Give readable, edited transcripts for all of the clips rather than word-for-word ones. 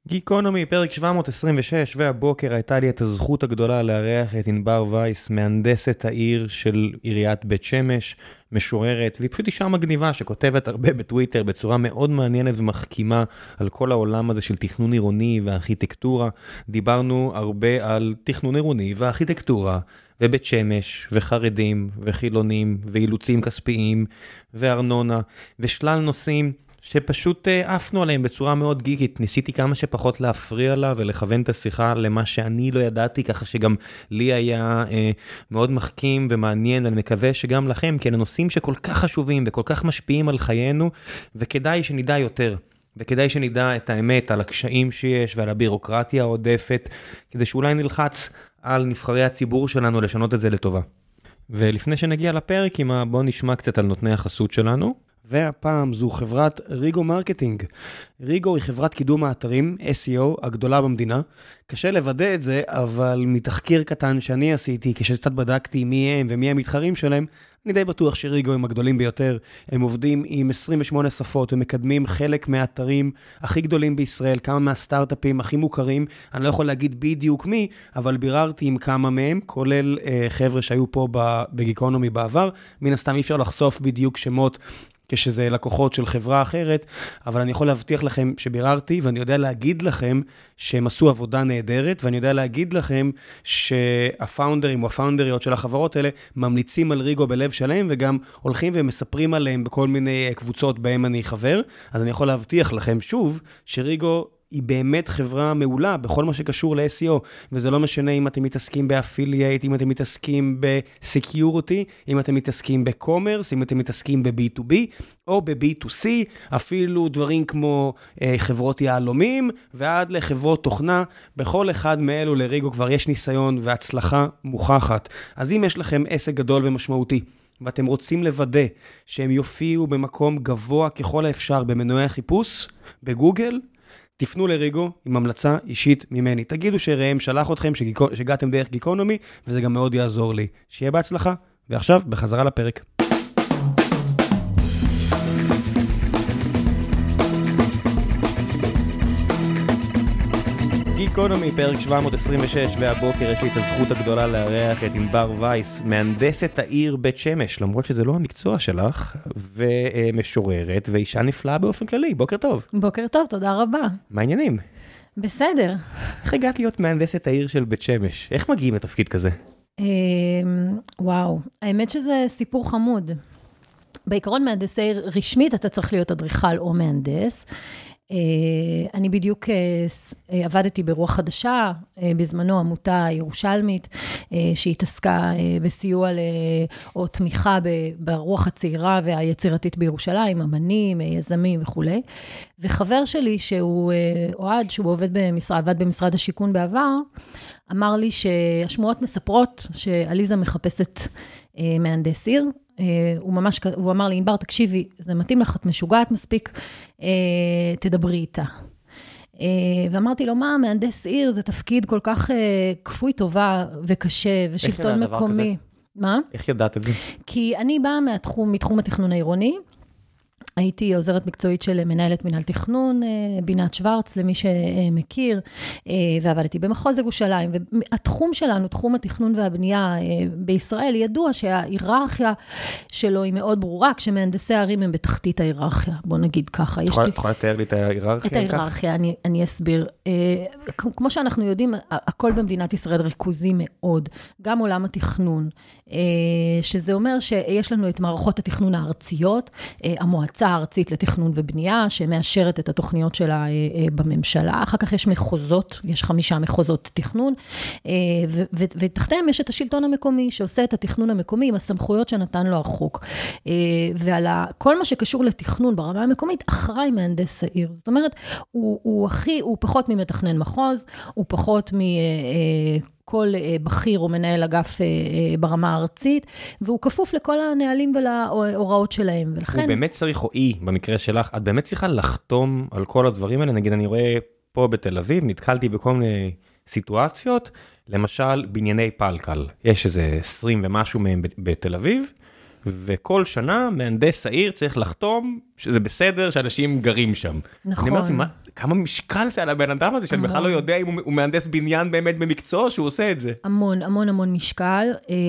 גיקונומי, פרק 726, והבוקר הייתה לי את הזכות הגדולה לארח את ענבר וייס, מהנדסת העיר של עיריית בית שמש, משוררת, והיא פשוט אישה מגניבה שכותבת הרבה בטוויטר בצורה מאוד מעניינת ומחכימה על כל העולם הזה של תכנון עירוני וארכיטקטורה. דיברנו הרבה על תכנון עירוני וארכיטקטורה, ובית שמש, וחרדים, וחילונים, ואילוצים כספיים, וארנונה, ושלל נושאים שפשוט עפנו עליהם בצורה מאוד גיקית. ניסיתי כמה שפחות להפריע לה ולכוון את השיחה למה שאני לא ידעתי, ככה שגם לי היה מאוד מחכים ומעניין, ואני מקווה שגם לכם, כי אלה נושאים שכל כך חשובים וכל כך משפיעים על חיינו, וכדאי שנדע יותר. וכדאי שנדע את האמת על הקשיים שיש ועל הבירוקרטיה העודפת, כדי שאולי נלחץ על נבחרי הציבור שלנו לשנות את זה לטובה. ולפני שנגיע לפרק, בואו נשמע קצת על נותני החסות שלנו. והפעם זו חברת ריגו מרקטינג. ריגו היא חברת קידום האתרים, SEO, הגדולה במדינה. קשה לוודא את זה, אבל מתחקיר קטן שאני עשיתי, כשקצת בדקתי מי הם ומי המתחרים שלהם, אני די בטוח שריגו הם הגדולים ביותר. הם עובדים עם 28 שפות ומקדמים חלק מהאתרים הכי גדולים בישראל, כמה מהסטארט-אפים הכי מוכרים. אני לא יכול להגיד בדיוק מי, אבל ביררתי עם כמה מהם, כולל חבר'ה שהיו פה בגיקונומי בעבר. מן הסתם אי אפשר לחשוף בדיוק שמות כשזה לקוחות של חברה אחרת, אבל אני יכול להבטיח לכם שביררתי, ואני יודע להגיד לכם שהם עשו עבודה נהדרת, ואני יודע להגיד לכם שהפאונדרים או הפאונדריות של החברות האלה ממליצים על ריגו בלב שלהם, וגם הולכים ומספרים עליהם בכל מיני קבוצות בהם אני חבר. אז אני יכול להבטיח לכם שוב שריגו היא באמת חברה מעולה בכל מה שקשור ל-SEO, וזה לא משנה אם אתם מתעסקים באפילייט, אם אתם מתעסקים בסקיוריטי, אם אתם מתעסקים בקומרס, אם אתם מתעסקים ב-B2B או ב-B2C, אפילו דברים כמו חברות יעלומים, ועד לחברות תוכנה. בכל אחד מאלו לריגו כבר יש ניסיון והצלחה מוכחת. אז אם יש לכם עסק גדול ומשמעותי, ואתם רוצים לוודא שהם יופיעו במקום גבוה ככל האפשר במנועי החיפוש, בגוגל, תפנו לריגו עם המלצה אישית ממני. תגידו שראם שלח אתכם, שהגעתם דרך גיקונומי, וזה גם מאוד יעזור לי. שיהיה בהצלחה. ועכשיו, בחזרה לפרק. גיקונומי, פרק 726, והבוקר יש לי את הזכות הגדולה לארח את ענבר וייס, מהנדסת העיר בית שמש, למרות שזה לא המקצוע שלך, ומשוררת, ואישה נפלאה באופן כללי. בוקר טוב. בוקר טוב, תודה רבה. מה העניינים? בסדר. איך הגעת להיות מהנדסת העיר של בית שמש? איך מגיעים לתפקיד כזה? וואו, האמת שזה סיפור חמוד. בעיקרון מהנדסי עיר רשמית, אתה צריך להיות אדריכל או מהנדס. אני בדיוק עבדתי ברוח חדשה, בזמנו עמותה ירושלמית, שהתעסקה בסיוע או תמיכה ברוח הצעירה והיצירתית בירושלים, אמנים, יזמים וכו'. וחבר שלי שהוא אוהד, שהוא עבד במשרד השיכון בעבר, אמר לי שהשמועות מספרות שעליזה מחפשת מהנדס עיר. הוא אמר לי, ענבר, תקשיבי, זה מתאים לך, את משוגעת מספיק, תדברי איתה. ואמרתי לו, מה, מהנדס עיר זה תפקיד כל כך כפוי טובה וקשה, ושלטון מקומי. מה? איך ידעת את זה? כי אני באה מתחום התכנון העירוני, הייתי עוזרת מקצועית של מנהלת מנהל תכנון, בינת שוורץ, למי שמכיר, ועבדתי במחוז ירושלים, והתחום שלנו, תחום התכנון והבנייה בישראל, ידוע שההיררכיה שלו היא מאוד ברורה, כשמהנדסי הערים הם בתחתית ההיררכיה, בוא נגיד ככה. יכולה לתאר לי את ההיררכיה? את ההיררכיה, אני אסביר. כמו שאנחנו יודעים, הכל במדינת ישראל ריכוזי מאוד, גם עולם התכנון, שזה אומר שיש לנו את מערכות התכנון הארציות, המועצה הארצית לתכנון ובנייה, שמאשרת את התוכניות שלה בממשלה. אחר כך יש מחוזות, יש 5 מחוזות תכנון, ותחתיהם יש את השלטון המקומי, שעושה את התכנון המקומי עם הסמכויות שנתן לו החוק. ועל כל מה שקשור לתכנון ברמה המקומית, אחראי מהנדס העיר. זאת אומרת, הוא פחות ממתכנן מחוז, הוא פחות כל בכיר או מנהל אגף ברמה הארצית, והוא כפוף לכל הנהלים ולהוראות שלהם. ולכן... הוא באמת צריך, או במקרה שלך, את באמת צריכה לחתום על כל הדברים האלה. נגיד, אני רואה פה בתל אביב, נתקלתי בכל מיני סיטואציות, למשל, בנייני פלקל. יש איזה 20 ומשהו מהם בתל אביב, וכל שנה מהנדס העיר צריך לחתום שזה בסדר שאנשים גרים שם. נכון. אני אומר, כמה משקל זה על הבן אדם הזה, שאני בכלל לא יודע אם הוא מהנדס בניין באמת במקצוע שהוא עושה את זה. המון, המון, המון משקל.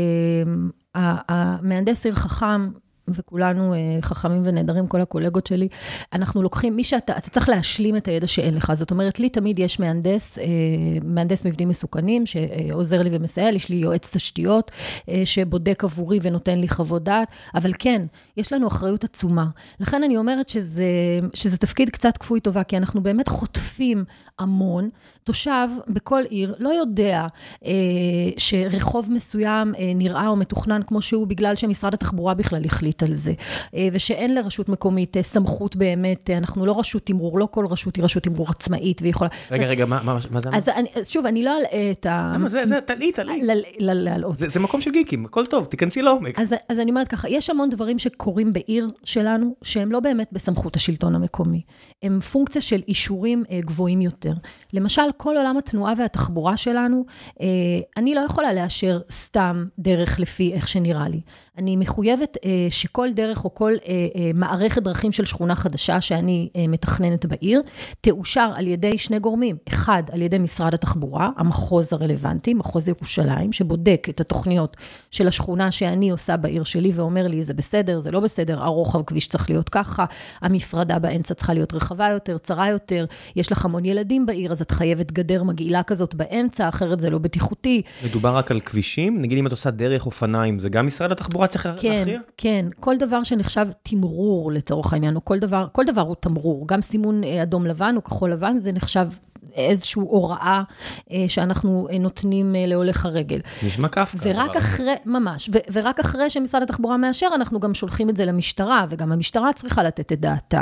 המהנדס עיר חכם, וכולנו חכמים ונהדרים, כל הקולגות שלי, אנחנו לוקחים, אתה צריך להשלים את הידע שאין לך, זאת אומרת, לי תמיד יש מהנדס מבנים מסוכנים, שעוזר לי ומסייע, יש לי יועץ תשתיות, שבודק עבורי ונותן לי חוות דעת, אבל כן, יש לנו אחריות עצומה. לכן אני אומרת שזה תפקיד קצת כפוי טובה, כי אנחנו באמת חוטפים המון, תושב בכל עיר לא יודע שרחוב מסוים נראה או מתוכנן כמו שהוא, בגלל שמשרד התחבורה בכלל החליט על זה, ושאין לרשות מקומית סמכות באמת, אנחנו לא רשות תמרור, לא כל רשות היא רשות תמרור עצמאית, ויכולה... רגע, מה זה? אז שוב, אני לא אלאה את ה... זה, תעלי. זה מקום של גיקים, הכל טוב, תיכנסי לעומק. אז אני אומרת ככה, יש המון דברים שקורים בעיר שלנו, שהם לא באמת בסמכות השלטון המקומי. הם פונקציה של אישורים גבוהים יותר. למשל, כל עולם התנועה והתחבורה שלנו, אני לא יכולה לאשר סתם דרך לפי איך שנראה לי. אני מחויבת שכל דרך או כל מערכת דרכים של שכונה חדשה שאני מתכננת בעיר, תאושר על ידי שני גורמים. אחד, על ידי משרד התחבורה, המחוז הרלוונטי, מחוז ירושלים, שבודק את התוכניות של השכונה שאני עושה בעיר שלי, ואומר לי, זה בסדר, זה לא בסדר, הרוחב כביש צריך להיות ככה, המפרדה באמצע צריכה להיות רחבה יותר, צרה יותר, יש לך המון ילדים בעיר, אז את חייבת גדר מגעילה כזאת באמצע, אחרת זה לא בטיחותי. מדובר רק על כבישים? נגיד אם את עושה דרך אופניים, זה גם משרד התחבורה צריך להכריע? כן, כל דבר שנחשב תמרור לצורך העניין, או כל דבר הוא תמרור, גם סימון אדום לבן או כחול לבן, זה נחשב איזושהי הוראה שאנחנו נותנים להולך הרגל. נשמע כפקה. ורק אחרי, ממש, ורק אחרי שמשרד התחבורה מאשר, אנחנו גם שולחים את זה למשטרה, וגם המשטרה צריכה לתת את דעתה.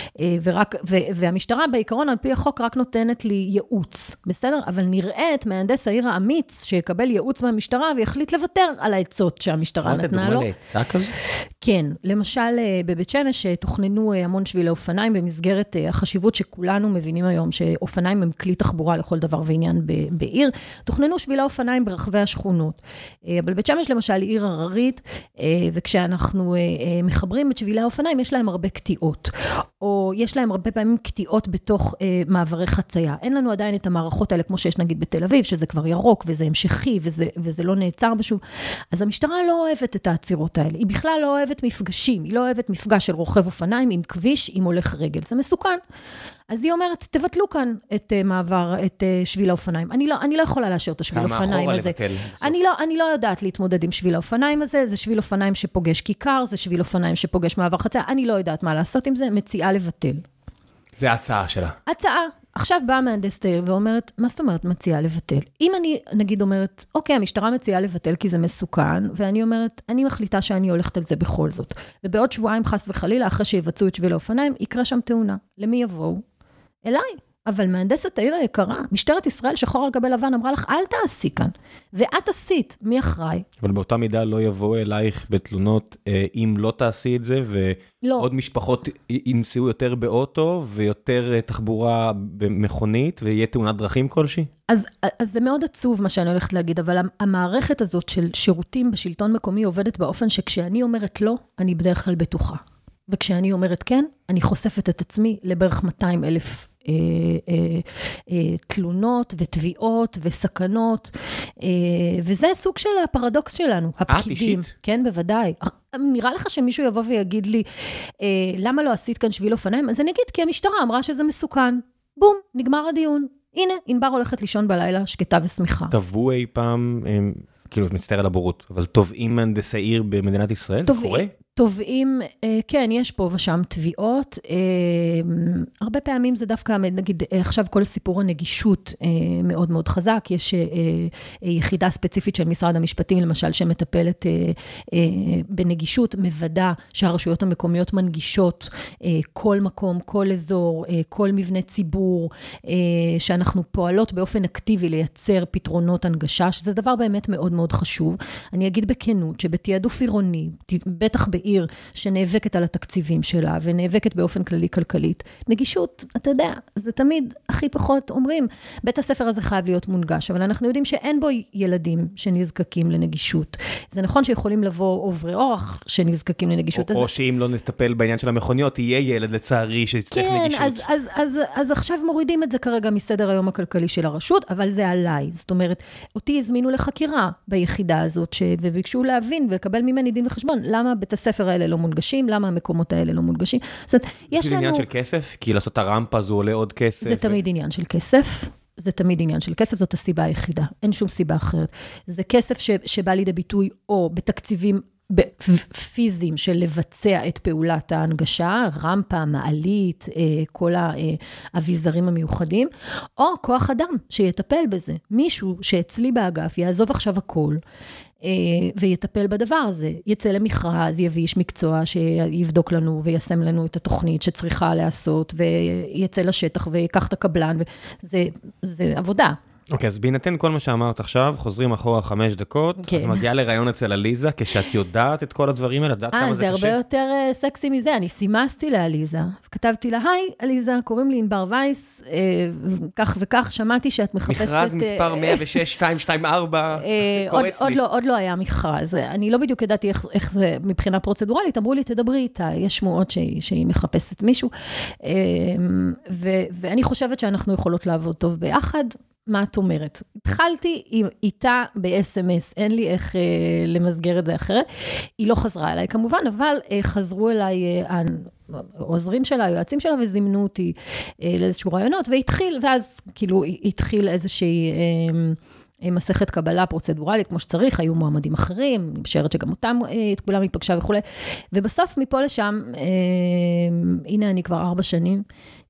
והמשטרה בעיקרון על פי החוק רק נותנת לי ייעוץ, בסדר? אבל נראה את מהנדס העיר האמיץ שיקבל ייעוץ מהמשטרה ויחליט לוותר על העצות שהמשטרה נתנה לו. דוגמה לעצה כזו? כן, למשל בבית שמש תוכננו המון שבילי אופניים במסגרת החשיבות שכולנו מבינים היום שאופניים הם כלי תחבורה לכל דבר ועניין בעיר, תוכננו שבילי אופניים ברחבי השכונות. אבל בית שמש למשל היא עיר הררית, וכשאנחנו מחברים את שבילי האופניים, יש להם הרבה קטיעות, או יש להם הרבה פעמים קטיעות בתוך מעברי חצייה. אין לנו עדיין את המערכות האלה, כמו שיש נגיד בתל אביב, שזה כבר ירוק, וזה המשכי, וזה לא נעצר בשום. אז המשטרה לא אוהבת את העצירות האלה. היא בכלל לא אוהבת מפגשים, היא לא אוהבת מפגש של רוכב אופניים עם כביש, עם הולך רגל. זה מסוכן. אז היא אומרת, תבטלו כאן את שביל האופניים. אני לא יכולה לאשר את השביל האופניים הזה. אני לא יודעת להתמודד עם שביל האופניים הזה, זה שביל אופניים שפוגש כיכר, זה שביל אופניים שפוגש מעבר חצייה, אני לא יודעת מה לעשות עם זה, מציעה לבטל. זה ההצעה שלה. הצעה. עכשיו באה מהנדסת העיר ואומרת, מה זאת אומרת מציעה לבטל? אם אני נגיד אומרת, אוקיי, המשטרה מציעה לבטל כי זה מסוכן, ואני אומרת, אני מחליטה שאני הולכת על זה בכל זאת. ובעוד שבועיים חס וחלילה, אחרי שיבצעו את שביל האופניים, יקרה שם תאונה. למי יבואו? אליי. אבל מהנדסת העיר היקרה, משטרת ישראל שחור על גבי לבן, אמרה לך, אל תעשי כאן. ואת עשית, מי אחראי? אבל באותה מידה לא יבואו אלייך בתלונות, אם לא תעשי את זה, ועוד משפחות ינסעו יותר באוטו, ויותר תחבורה במכונית, ויהיה תאונת דרכים כלשהי? אז זה מאוד עצוב מה שאני הולכת להגיד, אבל המערכת הזאת של שירותים בשלטון מקומי עובדת באופן שכשאני אומרת לא, אני בדרך כלל בטוחה. וכשאני אומרת כן, אני חושפת את עצמי לבערך 200,000 תלונות ותביעות וסכנות, וזה סוג של הפרדוקס שלנו, הפקידים. כן, בוודאי. נראה לך שמישהו יבוא ויגיד לי, למה לא עשית כאן שביל אופניים? אז אני אגיד, כי המשטרה אמרה שזה מסוכן. בום, נגמר הדיון. הנה, ענבר הולכת לישון בלילה, שקטה ושמחה. תבעו אי פעם, כאילו, את מצטער על הבורות, אבל תובעים מהנדסי עיר במדינת ישראל? זה קורה? תובעים, כן, יש פה ושם תביעות, הרבה פעמים זה דווקא, נגיד, עכשיו כל סיפור הנגישות מאוד מאוד חזק, יש יחידה ספציפית של משרד המשפטים, למשל, שמטפלת בנגישות, מוודא שהרשויות המקומיות מנגישות כל מקום, כל אזור, כל מבנה ציבור, שאנחנו פועלות באופן אקטיבי לייצר פתרונות הנגשה, שזה דבר באמת מאוד מאוד חשוב. אני אגיד בכנות, שבתיעדוף עירוני, בטח עיר שנאבקת על התקציבים שלה, ונאבקת באופן כללי כלכלית. נגישות, אתה יודע, זה תמיד הכי פחות אומרים, בית הספר הזה חייב להיות מונגש, אבל אנחנו יודעים שאין בו ילדים שנזקקים לנגישות. זה נכון שיכולים לבוא עוברי אורח שנזקקים לנגישות. או שאם לא נטפל בעניין של המכוניות, יהיה ילד לצערי שיצטרך נגישות. כן, אז עכשיו מורידים את זה כרגע מסדר היום הכלכלי של הרשות, אבל זה עליי. זאת אומרת, אותי הזמינו לחקירה ביחידה הזאת, וביקשו להבין ולקבל ממני דין וחשבון, למה בית הספר האלה לא מונגשים, למה המקומות האלה לא מונגשים. זאת אומרת, יש לנו... זה עניין של כסף? כי לעשות הרמפה זה עולה עוד כסף? זה תמיד עניין של כסף. זה תמיד עניין של כסף, זאת הסיבה היחידה. אין שום סיבה אחרת. זה כסף שבא לידי ביטוי, או בתקציבים פיזיים של לבצע את פעולת ההנגשה, רמפה, מעלית, כל האביזרים המיוחדים, או כוח אדם שיטפל בזה. מישהו שאצלי באגף יעזוב עכשיו הכל, ויטפל בדבר הזה. יצא למכרז, יביא איש מקצוע שיבדוק לנו וישם לנו את התוכנית שצריכה לעשות, ויצא לשטח ויקח את הקבלן, זה עבודה. אוקיי, אז בהינתן כל מה שאמרת עכשיו, חוזרים אחורה 5 דקות, את מגיעה לרעיון אצל עליזה, כשאת יודעת את כל הרבה יודעת כמה זה קשה? זה הרבה יותר סקסי מזה, אני סימסתי לעליזה, וכתבתי לה, היי, עליזה, קוראים לי ענבר וייס, כך וכך, שמעתי שאת מחפשת... מכרז מספר 106-224, קורץ לי. עוד לא היה מכרז, אני לא בדיוק ידעתי איך זה מבחינה פרוצדורלית, אמרו לי, תדברי איתה, יש שמועות שהיא מחפשת מישהו, ואני חושבת שאנחנו יכולות לעבוד טוב ביחד, מה את אומרת? התחלתי איתה ב-SMS, אין לי איך למסגר את זה אחרת. היא לא חזרה אליי כמובן, אבל חזרו אליי העוזרים שלה, היועצים שלה, וזימנו אותי לאיזשהו רעיונות, והתחיל, ואז כאילו התחיל איזושהי מסכת קבלה פרוצדורלית, כמו שצריך, היו מועמדים אחרים, אני משערת שגם אותם, את כולם היא פגשה וכו'. ובסוף מפה לשם, הנה אני כבר 4 שנים,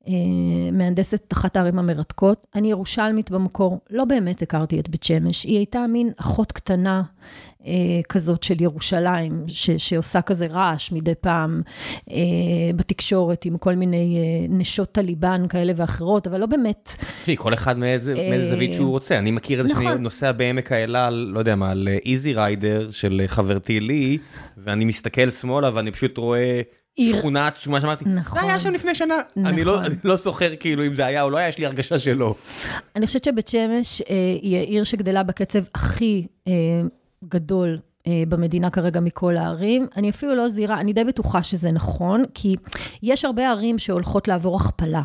מהנדסת אחת הערים המרתקות. אני ירושלמית במקור, לא באמת הכרתי את בית שמש, היא הייתה מין אחות קטנה כזאת של ירושלים, שעושה כזה רעש מדי פעם בתקשורת, עם כל מיני נשות טליבן כאלה ואחרות, אבל לא באמת. כל אחד מאיזה זווית שהוא רוצה. אני מכיר את זה שאני נוסע בעמק האלה, לא יודע מה, על איזי ריידר של חברתי לי, ואני מסתכל שמאלה ואני פשוט רואה... שכונה עצומה, שאמרתי, זה היה שם לפני שנה. אני לא זוכר כאילו אם זה היה או לא היה, יש לי הרגשה שלא. אני חושבת שבית שמש היא העיר שגדלה בקצב הכי גדול במדינה כרגע מכל הערים. אני אפילו לא זהירה, אני די בטוחה שזה נכון, כי יש הרבה ערים שהולכות לעבור הכפלה,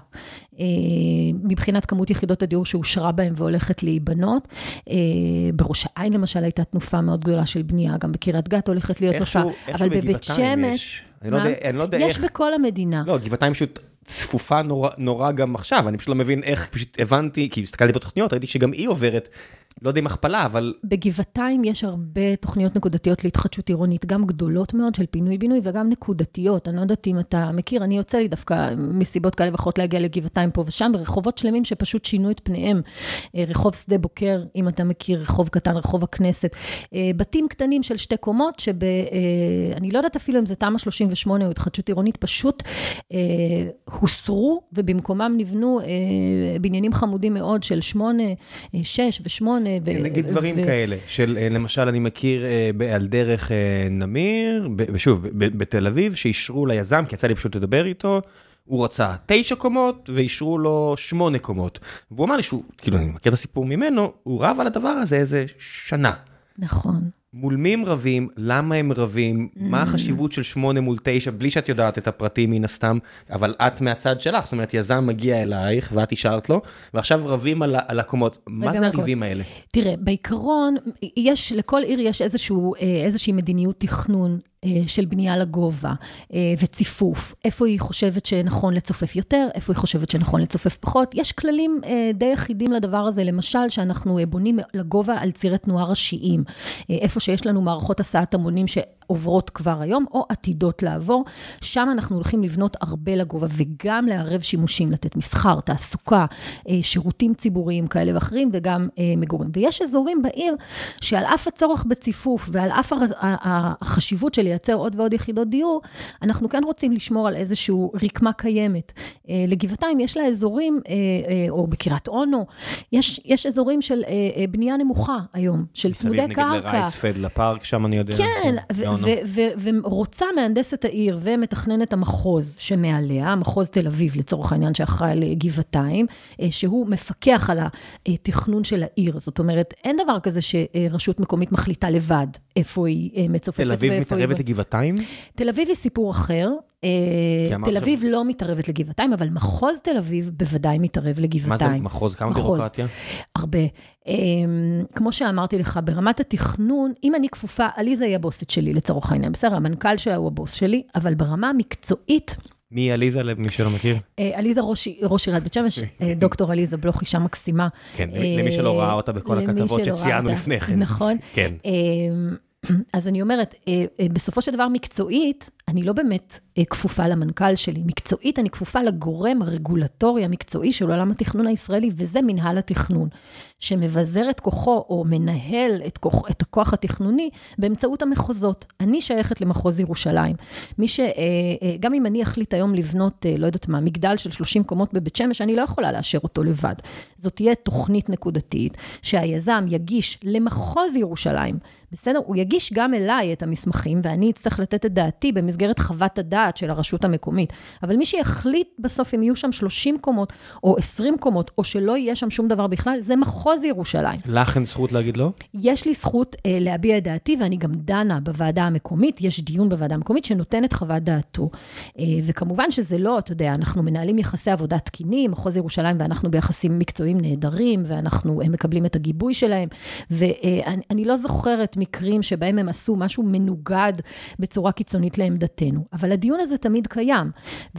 מבחינת כמות יחידות הדיור שאושרה בהם והולכת להיבנות. בראש העין למשל הייתה תנופה מאוד גדולה של בנייה, גם בקריית גת הולכת להיות תנופה, אבל בבית שמש... אני לא יודע איך... יש בכל המדינה. לא, גבעתיים פשוט צפופה נורא גם עכשיו, אני פשוט לא מבין איך, פשוט הבנתי, כי הסתכלתי בתוכניות, ראיתי שגם היא עוברת, לא יודע אם הכפלה, אבל... בגבעתיים יש הרבה תוכניות נקודתיות להתחדשות עירונית, גם גדולות מאוד של פינוי-בינוי, וגם נקודתיות. אני לא יודעת אם אתה מכיר, אני יוצא לי דווקא מסיבות כאלה ואחרות להגיע לגבעתיים פה ושם, ברחובות שלמים שפשוט שינו את פניהם. רחוב שדה בוקר, אם אתה מכיר, רחוב קטן, רחוב הכנסת. בתים קטנים של 2 קומות, אני לא יודעת אפילו אם זה תמ"א 38 או התחדשות עירונית, פשוט הוסרו, ובמקומם נבנו בניינים חמודים מאוד של 8, 6 ו8, נגיד דברים כאלה, של למשל אני מכיר על דרך נמיר, ושוב, בתל אביב, שישרו ליזם, כי יצא לי פשוט לדבר איתו, הוא רצה 9 קומות, וישרו לו 8 קומות. והוא אמר לי שהוא, כאילו אני מכיר את הסיפור ממנו, הוא רב על הדבר הזה איזה שנה. נכון. מול מי הם רבים, למה הם רבים, מה החשיבות של 8 מול 9, בלי שאת יודעת את הפרטים מן הסתם, אבל את מהצד שלך, זאת אומרת, יזם מגיע אלייך, ואת אישרת לו, ועכשיו רבים על הקומות. מה זה הריבים האלה? תראה, בעיקרון, לכל עיר יש איזושהי מדיניות תכנון, של בנייה לגובה וציפוף, איפה היא חושבת שנכון לצופף יותר, איפה היא חושבת שנכון לצופף פחות, יש כללים די אחידים לדבר הזה, למשל שאנחנו בונים לגובה על צירי תנועה ראשיים, איפה שיש לנו מערכות הסעת המונים שעוברות כבר היום, או עתידות לעבור, שם אנחנו הולכים לבנות הרבה לגובה, וגם לערב שימושים, לתת מסחר, תעסוקה, שירותים ציבוריים כאלה ואחרים, וגם מגורים. ויש אזורים בעיר שעל אף הצורך בציפוף, ועל אף החשיבות של לייצר עוד ועוד יחידות דיור, אנחנו כן רוצים לשמור על איזשהו רקמה קיימת. לגבעתיים יש לה אזורים, או בקריית אונו, יש אזורים של בנייה נמוכה היום, של צמודי קרקע. מסביב נגיד לרייספד, לפארק, שם אני יודע. כן, ורוצה מהנדסת העיר ומתכננת המחוז שמעליה, מחוז תל אביב לצורך העניין שאחראי לגבעתיים, שהוא מפקח על התכנון של העיר. זאת אומרת, אין דבר כזה שרשות מקומית מחליטה לבד איפה היא מצופפת. תל אביב מתערבת לגבעתיים? תל אביב היא סיפור אחר. תל אביב לא מתערבת לגבעתיים, אבל מחוז תל אביב בוודאי מתערב לגבעתיים. מה זה מחוז? כמה בירוקרטיה? הרבה. כמו שאמרתי לך, ברמת התכנון, אם אני כפופה, עליזה היא הבוסית שלי לצורך העניין, בסדר, המנכ"ל שלה הוא הבוס שלי, אבל ברמה המקצועית, מי עליזה למי שלא מכיר? עליזה ראש עיריית בית שמש, דוקטור עליזה בלוך, אישה מקסימה. כן, למי שלא ראה אותה בכל הכתבות שציינו לפני כן. נכון. כן. אז אני אומרת, בסופו של דבר מקצועית, אני לא באמת כפופה למנכ"ל שלי. מקצועית, אני כפופה לגורם הרגולטורי המקצועי של עולם התכנון הישראלי, וזה מנהל התכנון, שמבזר את כוחו או מנהל את הכוח התכנוני באמצעות המחוזות. אני שייכת למחוז ירושלים. גם אם אני אחליט היום לבנות, לא יודעת מה, מגדל של 30 קומות בבית שמש, אני לא יכולה לאשר אותו לבד. זאת תהיה תוכנית נקודתית, שהיזם יגיש למחוז ירושלים, בסדר? הוא יגיש גם אליי את המסמכים, ואני אצטרך לתת את דעתי במסגרת חוות הדעת של הרשות המקומית. אבל מי שיחליט בסוף אם יהיו שם 30 קומות, או 20 קומות, או שלא יהיה שם שום דבר בכלל, זה מחוז ירושלים. לך אין זכות להגיד לא? יש לי זכות להביע את דעתי, ואני גם דנה בוועדה המקומית, יש דיון בוועדה המקומית שנותנת חוות דעתו. וכמובן שזה לא, אתה יודע, אנחנו מנהלים יחסי עבודה תקינים, מחוז ירושלים, ואנחנו ביחסים מקצועיים נהדרים, ואנחנו מקבלים את הגיבוי שלהם, ואני לא זוכרת מקרים שבהם הם עשו משהו מנוגד בצורה קיצונית לעמדתנו. אבל הדיון הזה תמיד קיים.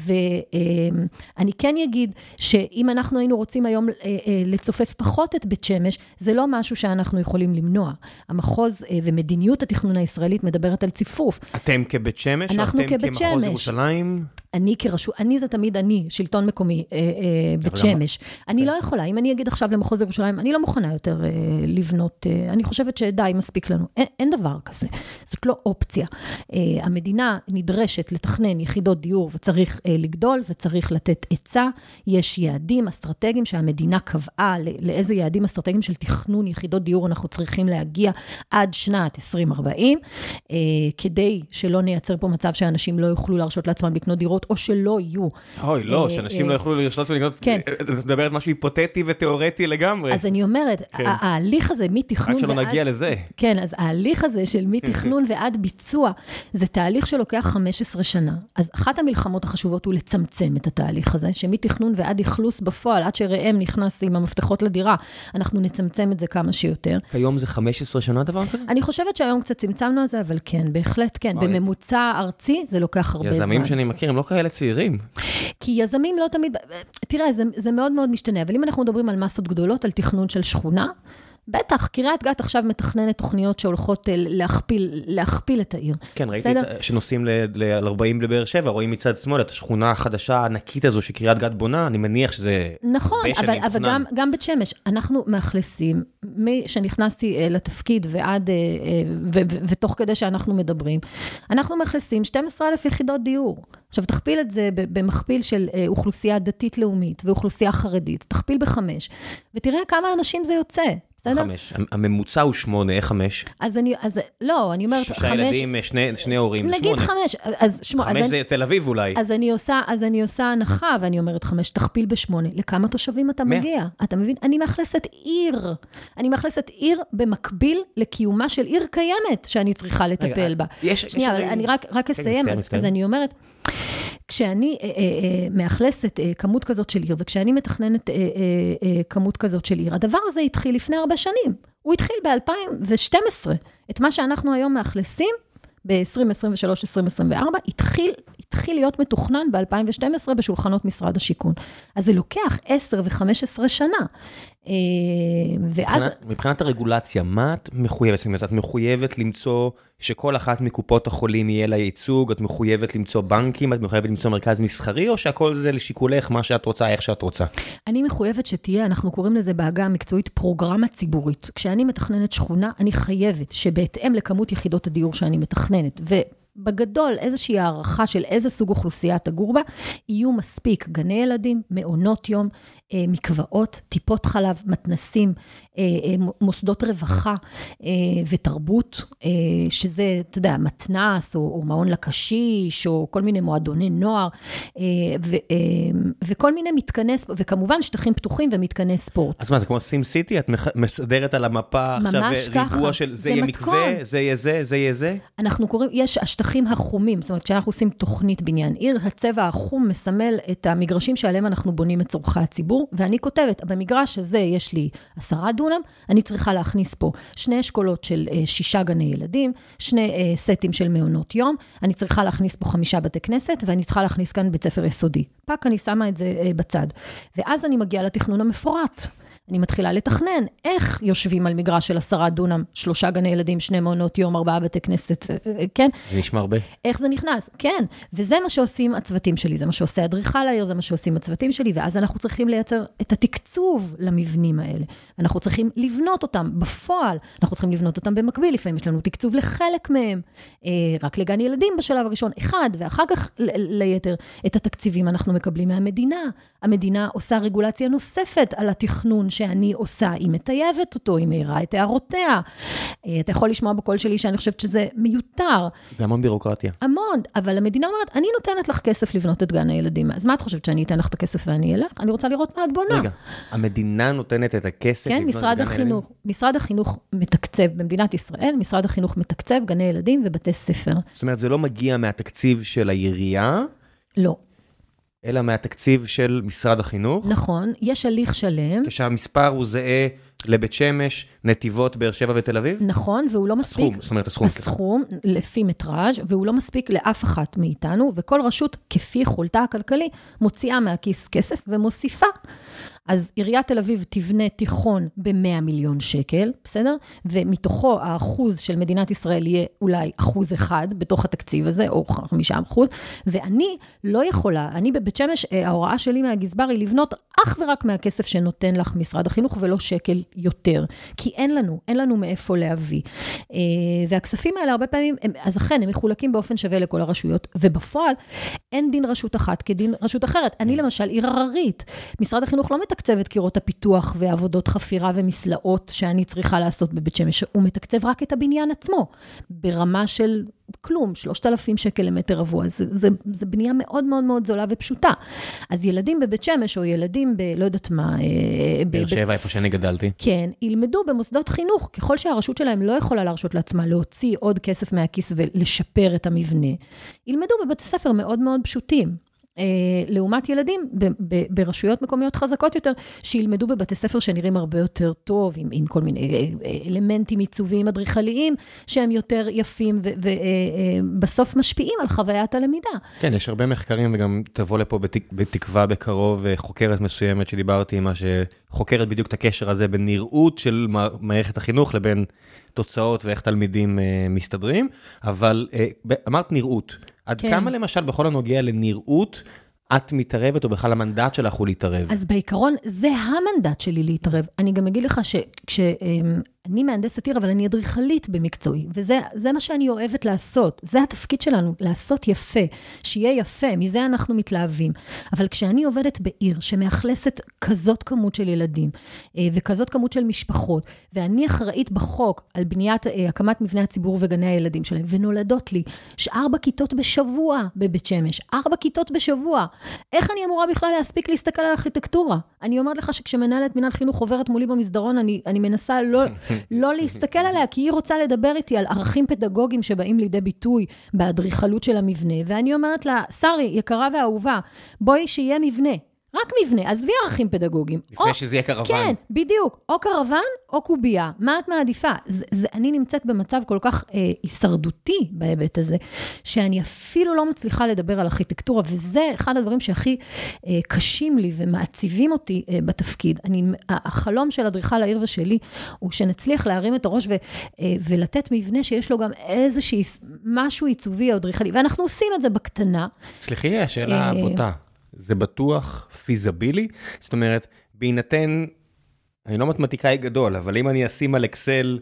ואני כן אגיד שאם אנחנו היינו רוצים היום לצופף פחות את בית שמש, זה לא משהו שאנחנו יכולים למנוע. המחוז ומדיניות התכנון הישראלית מדברת על ציפוף. אתם כבית שמש? אנחנו כבית שמש. כמחוז ירושלים? אני זה תמיד אני, שלטון מקומי, בית שמש. אני לא יכולה, אם אני אגיד עכשיו למחוז ירושלים, אני לא מוכנה יותר לבנות, אני חושבת שדי, מספיק לנו. אין דבר כזה. זאת לא אופציה. המדינה נדרשת לתכנן יחידות דיור, וצריך לגדול, וצריך לתת עצה. יש יעדים אסטרטגיים שהמדינה קבעה, לאיזה יעדים אסטרטגיים של תכנון יחידות דיור אנחנו צריכים להגיע עד שנת 2040, כדי שלא נייצר פה מצב שאנשים לא יוכלו להרשות לעצמם לקנות דירות, או שלא יהיו. אוי, לא, שאנשים לא יוכלו להרשות לעצמם לקנות, את מדברת משהו היפותטי ותיאורטי לגמרי. אז אני אומרת, ההליך הזה מתכנון רק שלא נגיע לזה. כן, אז ההליך הזה של מתכנון ועד ביצוע, זה תהליך שלוקח 15 שנה. אז אחת המלחמות החשובות הוא לצמצם את התהליך הזה, שמתכנון ועד אכלוס בפועל, עד שראם נכנס עם המפתחות לדירה, אנחנו נצמצם את זה כמה שיותר. כיום זה 15 שנה דבר כזה? אני חושבת שהיום קצת צמצמנו את זה, אבל כן, בהחלט כן. בממוצע ארצי זה לוקח הרבה זמן. יזמים שאני מכיר, הם לא כאלה צעירים. כי יזמים לא תמיד, תראה, זה מאוד מאוד משתנה, אבל אם אנחנו מדברים על מסות גדולות, על תכנון של שכונה, בטח, קריית גת עכשיו מתכננת תוכניות שהולכות להכפיל את העיר. כן, ראיתי שנוסעים ל-40 לבאר שבע, רואים מצד שמאל את השכונה החדשה הענקית הזו שקריית גת בונה, אני מניח שזה... נכון, אבל גם בית שמש, אנחנו מאכלסים, שנכנסתי לתפקיד ותוך כדי שאנחנו מדברים, אנחנו מאכלסים 12,000 יחידות דיור. עכשיו, תכפיל את זה במכפיל של אוכלוסייה דתית-לאומית ואוכלוסייה חרדית, תכפיל ב5, ותראה כמה אנשים זה יוצא. 5. הממוצע הוא 8, איך 5? לא, אני אומרת 5. 6 ילדים, שני הורים, 8. נגיד 5. 5 זה תל אביב אולי. אז אני עושה הנחה, ואני אומרת 5, תכפיל ב8. לכמה תושבים אתה מגיע? אתה מבין? אני מאכלסת עיר. אני מאכלסת עיר במקביל לקיומה של עיר קיימת, שאני צריכה לטפל בה. שנייה, אבל אני רק אסיים, אז אני אומרת, כשאני מאכלסת כמות כזאת של עיר, וכשאני מתכננת כמות כזאת של עיר, הדבר הזה התחיל לפני 4 שנים. הוא התחיל ב-2012. את מה שאנחנו היום מאכלסים, ב-2023-2024, התחיל להיות מתוכנן ב-2012 בשולחנות משרד השיכון. אז זה לוקח 10 ו-15 שנה. מבחינת הרגולציה, מה את מחויבת? את מחויבת למצוא שכל אחת מקופות החולים יהיה לה ייצוג, את מחויבת למצוא בנקים, את מחויבת למצוא מרכז מסחרי, או שהכל זה לשיקולך, מה שאת רוצה, איך שאת רוצה? אני מחויבת שתהיה, אנחנו קוראים לזה בעגה המקצועית, פרוגרמה ציבורית. כשאני מתכננת שכונה, אני חייבת שבהתאם לכמות יחידות הדיור שאני מתכננת, בגדול, איזושהי הערכה של איזה סוג אוכלוסייה תגור בה, יהיו מספיק גני ילדים, מעונות יום, מקוואות, טיפות חלב, מתנסים, מוסדות רווחה ותרבות, שזה, אתה יודע, מתנס או מעון לקשיש, או כל מיני מועדוני נוער, וכל מיני מתקני ספורט, וכמובן שטחים פתוחים ומתקני ספורט. אז מה, זה כמו סים סיטי? את מסדרת על המפה עכשיו ריבוע של זה יהיה מקווה, זה יהיה זה, זה יהיה זה? אנחנו קוראים, יש השטחים החומים, זאת אומרת, כשאנחנו עושים תוכנית בניין עיר, הצבע החום מסמל את המגרשים שעליהם אנחנו בונים את צורכי הציבור, ואני כותבת, במגרש הזה יש לי 10 דונם, אני צריכה להכניס פה 2 אשכולות של 6 גני ילדים, 2 סטים של מעונות יום, אני צריכה להכניס פה 5 בתי כנסת, ואני צריכה להכניס כאן בית ספר יסודי. פאק, אני שמה את זה בצד. ואז אני מגיעה לתכנון המפורט. אני מתחילה לתכנן איך יושבים על מגרש של 10 דונם, 3 גני ילדים, 2 מעונות יום, 4 בתי כנסת, כן? זה נשמע הרבה. איך זה נכנס? כן. וזה מה שעושים הצוותים שלי, זה מה שעושה אדריכל העיר, זה מה שעושים הצוותים שלי, ואז אנחנו צריכים לייצר את התקצוב למבנים האלה. אנחנו צריכים לבנות אותם בפועל, אנחנו צריכים לבנות אותם במקביל, לפעמים יש לנו תקצוב לחלק מהם, רק לגן ילדים בשלב הראשון, אחד, ואחר כך ליתר את התקציבים אנחנו מקבלים מהמדינה. המדינה עושה רגולציה נוספת על התכנון שאני עושה, היא מטייבת אותו, היא מהירה את הערותיה. אתה יכול לשמוע בקול שלי שאני חושבת שזה מיותר. זה המון בירוקרטיה. המון, אבל המדינה אומרת, אני נותנת לך כסף לבנות את גן הילדים. אז מה את חושבת, שאני אתן לך את הכסף ואני אלך? אני רוצה לראות מה את בונה. רגע, המדינה נותנת את הכסף כן, משרד החינוך מתקצב במדינת ישראל, משרד החינוך מתקצב גני ילדים ובתי ספר. זאת אומרת, זה לא מגיע מהתקציב של העירייה? לא. אלא מהתקציב של משרד החינוך. נכון, יש הליך שלם. כשהמספר הוא זהה לבית שמש, נתיבות, באר שבע ותל אביב? נכון, והוא לא מספיק. הסכום, זאת אומרת הסכום. הסכום, לפי מטראז', והוא לא מספיק לאף אחת מאיתנו, וכל רשות, כפי יכולתה הכלכלי, מוציאה מהכיס כסף ומוסיפה. אז עיריית תל אביב תבנה תיכון ב100 מיליון שקל, בסדר? ומתוכו האחוז של מדינת ישראל יהיה אולי 1% בתוך התקציב הזה, או 5%, ואני לא יכולה, אני בבית שמש, ההוראה שלי מהגזבר היא לבנות אך ורק מהכסף שנותן לך משרד החינוך, ולא שקל יותר, כי אין לנו מאיפה להביא. והכספים האלה הרבה פעמים, אז אכן, הם מחולקים באופן שווה לכל הרשויות, ובפועל אין דין רשות אחת כדין רשות אחרת. אני למשל עיר הררית, משרד החינוך לא מתקצב את קירות הפיתוח ועבודות חפירה ומסלעות שאני צריכה לעשות בבית שמש, הוא מתקצב רק את הבניין עצמו, ברמה של כלום, 3,000 שקל למטר רבוע, זה בנייה מאוד מאוד מאוד זולה ופשוטה. אז ילדים בבית שמש, או ילדים לא יודעת מה, באר שבע, איפה שאני גדלתי. כן, ילמדו במוסדות חינוך, ככל שהרשות שלהם לא יכולה להרשות לעצמה, להוציא עוד כסף מהכיס ולשפר את המבנה, ילמדו בבתי ספר מאוד מאוד פשוטים. לעומת ילדים ברשויות מקומיות חזקות יותר, שילמדו בבתי ספר שנראים הרבה יותר טוב, עם כל מיני אלמנטים עיצוביים אדריכליים, שהם יותר יפים, ובסוף משפיעים על חוויית הלמידה. כן, יש הרבה מחקרים, וגם תבוא לפה בתקווה בקרוב, חוקרת מסוימת שדיברתי עם מה שחוקרת בדיוק את הקשר הזה, בין נראות של מערכת החינוך, לבין תוצאות ואיך תלמידים מסתדרים, אבל אמרת נראות. עד כמה למשל בכל הנוגע לנראות, את מתערבת או בכלל המנדט שלך הוא להתערב? אז בעיקרון זה המנדט שלי להתערב. אני גם אגיד לך שכשאני מהנדסת עיר, אבל אני אדריכלית במקצועי, וזה מה שאני אוהבת לעשות. זה התפקיד שלנו, לעשות יפה, שיהיה יפה, מזה אנחנו מתלהבים. אבל כשאני עובדת בעיר שמאכלסת כזאת כמות של ילדים, וכזאת כמות של משפחות, ואני אחראית בחוק על בניית, הקמת מבני הציבור וגני הילדים שלהם, ונולדות לי 4 כיתות בשבוע בבית שמש, 4 כיתות בשבוע. איך אני אמורה בכלל להספיק להסתכל על הארכיטקטורה? אני אומרת לך שכשמנהלת מנהל חינוך עוברת מולי במסדרון, אני מנסה לא להסתכל עליה, כי היא רוצה לדבר איתי על ערכים פדגוגיים שבאים לידי ביטוי באדריכלות של המבנה, ואני אומרת לה, שרי, יקרה ואהובה, בואי שיהיה מבנה. רק מבנה, עזבי ערכים פדגוגיים. לפני שזה יהיה קרוון. כן, בדיוק. או קרוון או קובייה. מה את מעדיפה? אני נמצאת במצב כל כך הישרדותי בהיבט הזה, שאני אפילו לא מצליחה לדבר על ארכיטקטורה, וזה אחד הדברים שהכי קשים לי ומעציבים אותי בתפקיד. החלום של אדריכל העיר ושלי, הוא שנצליח להרים את הראש ולתת מבנה שיש לו גם איזושהי משהו עיצובי או אדריכלי, ואנחנו עושים את זה בקטנה. סליחי, השאלה בוטה. זה בטוח פיזבילי? זאת אומרת, בהינתן, אני לא מתמטיקאי גדול, אבל אם אני אשים על אקסל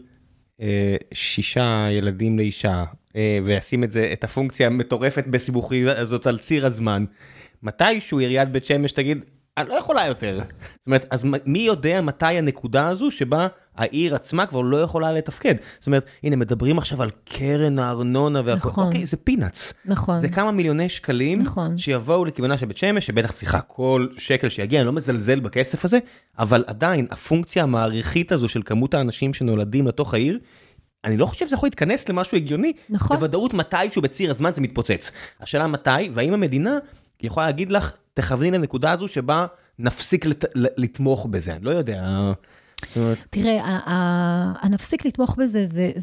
6 ילדים לאישה, ואשים את הפונקציה המטורפת בסיבוכי הזאת על ציר הזמן, מתישהו עיריית בית שמש תגיד, אני לא יכולה יותר. זאת אומרת, אז מי יודע מתי הנקודה הזו שבה העיר עצמה כבר לא יכולה לתפקד? זאת אומרת, הנה, מדברים עכשיו על קרן הארנונה והכל. נכון. אוקיי, זה פינאץ. נכון. זה כמה מיליוני שקלים נכון. שיבואו לכיוונה של בית שמש, שבטח צריכה כל שקל שיגיע, אני לא מזלזל בכסף הזה, אבל עדיין, הפונקציה המעריכית הזו של כמות האנשים שנולדים לתוך העיר, אני לא חושב שזה יכול להתכנס למשהו הגיוני. נכון. בוודאות מתישהו בציר הזמן זה מתפוצץ. השאלה מתי, והאם המדינה יכולה להגיד לך, תכווני לנקודה הזו שבה נפסיק לתמוך בזה. אני לא יודע. תראה, הנפסיק לתמוך בזה,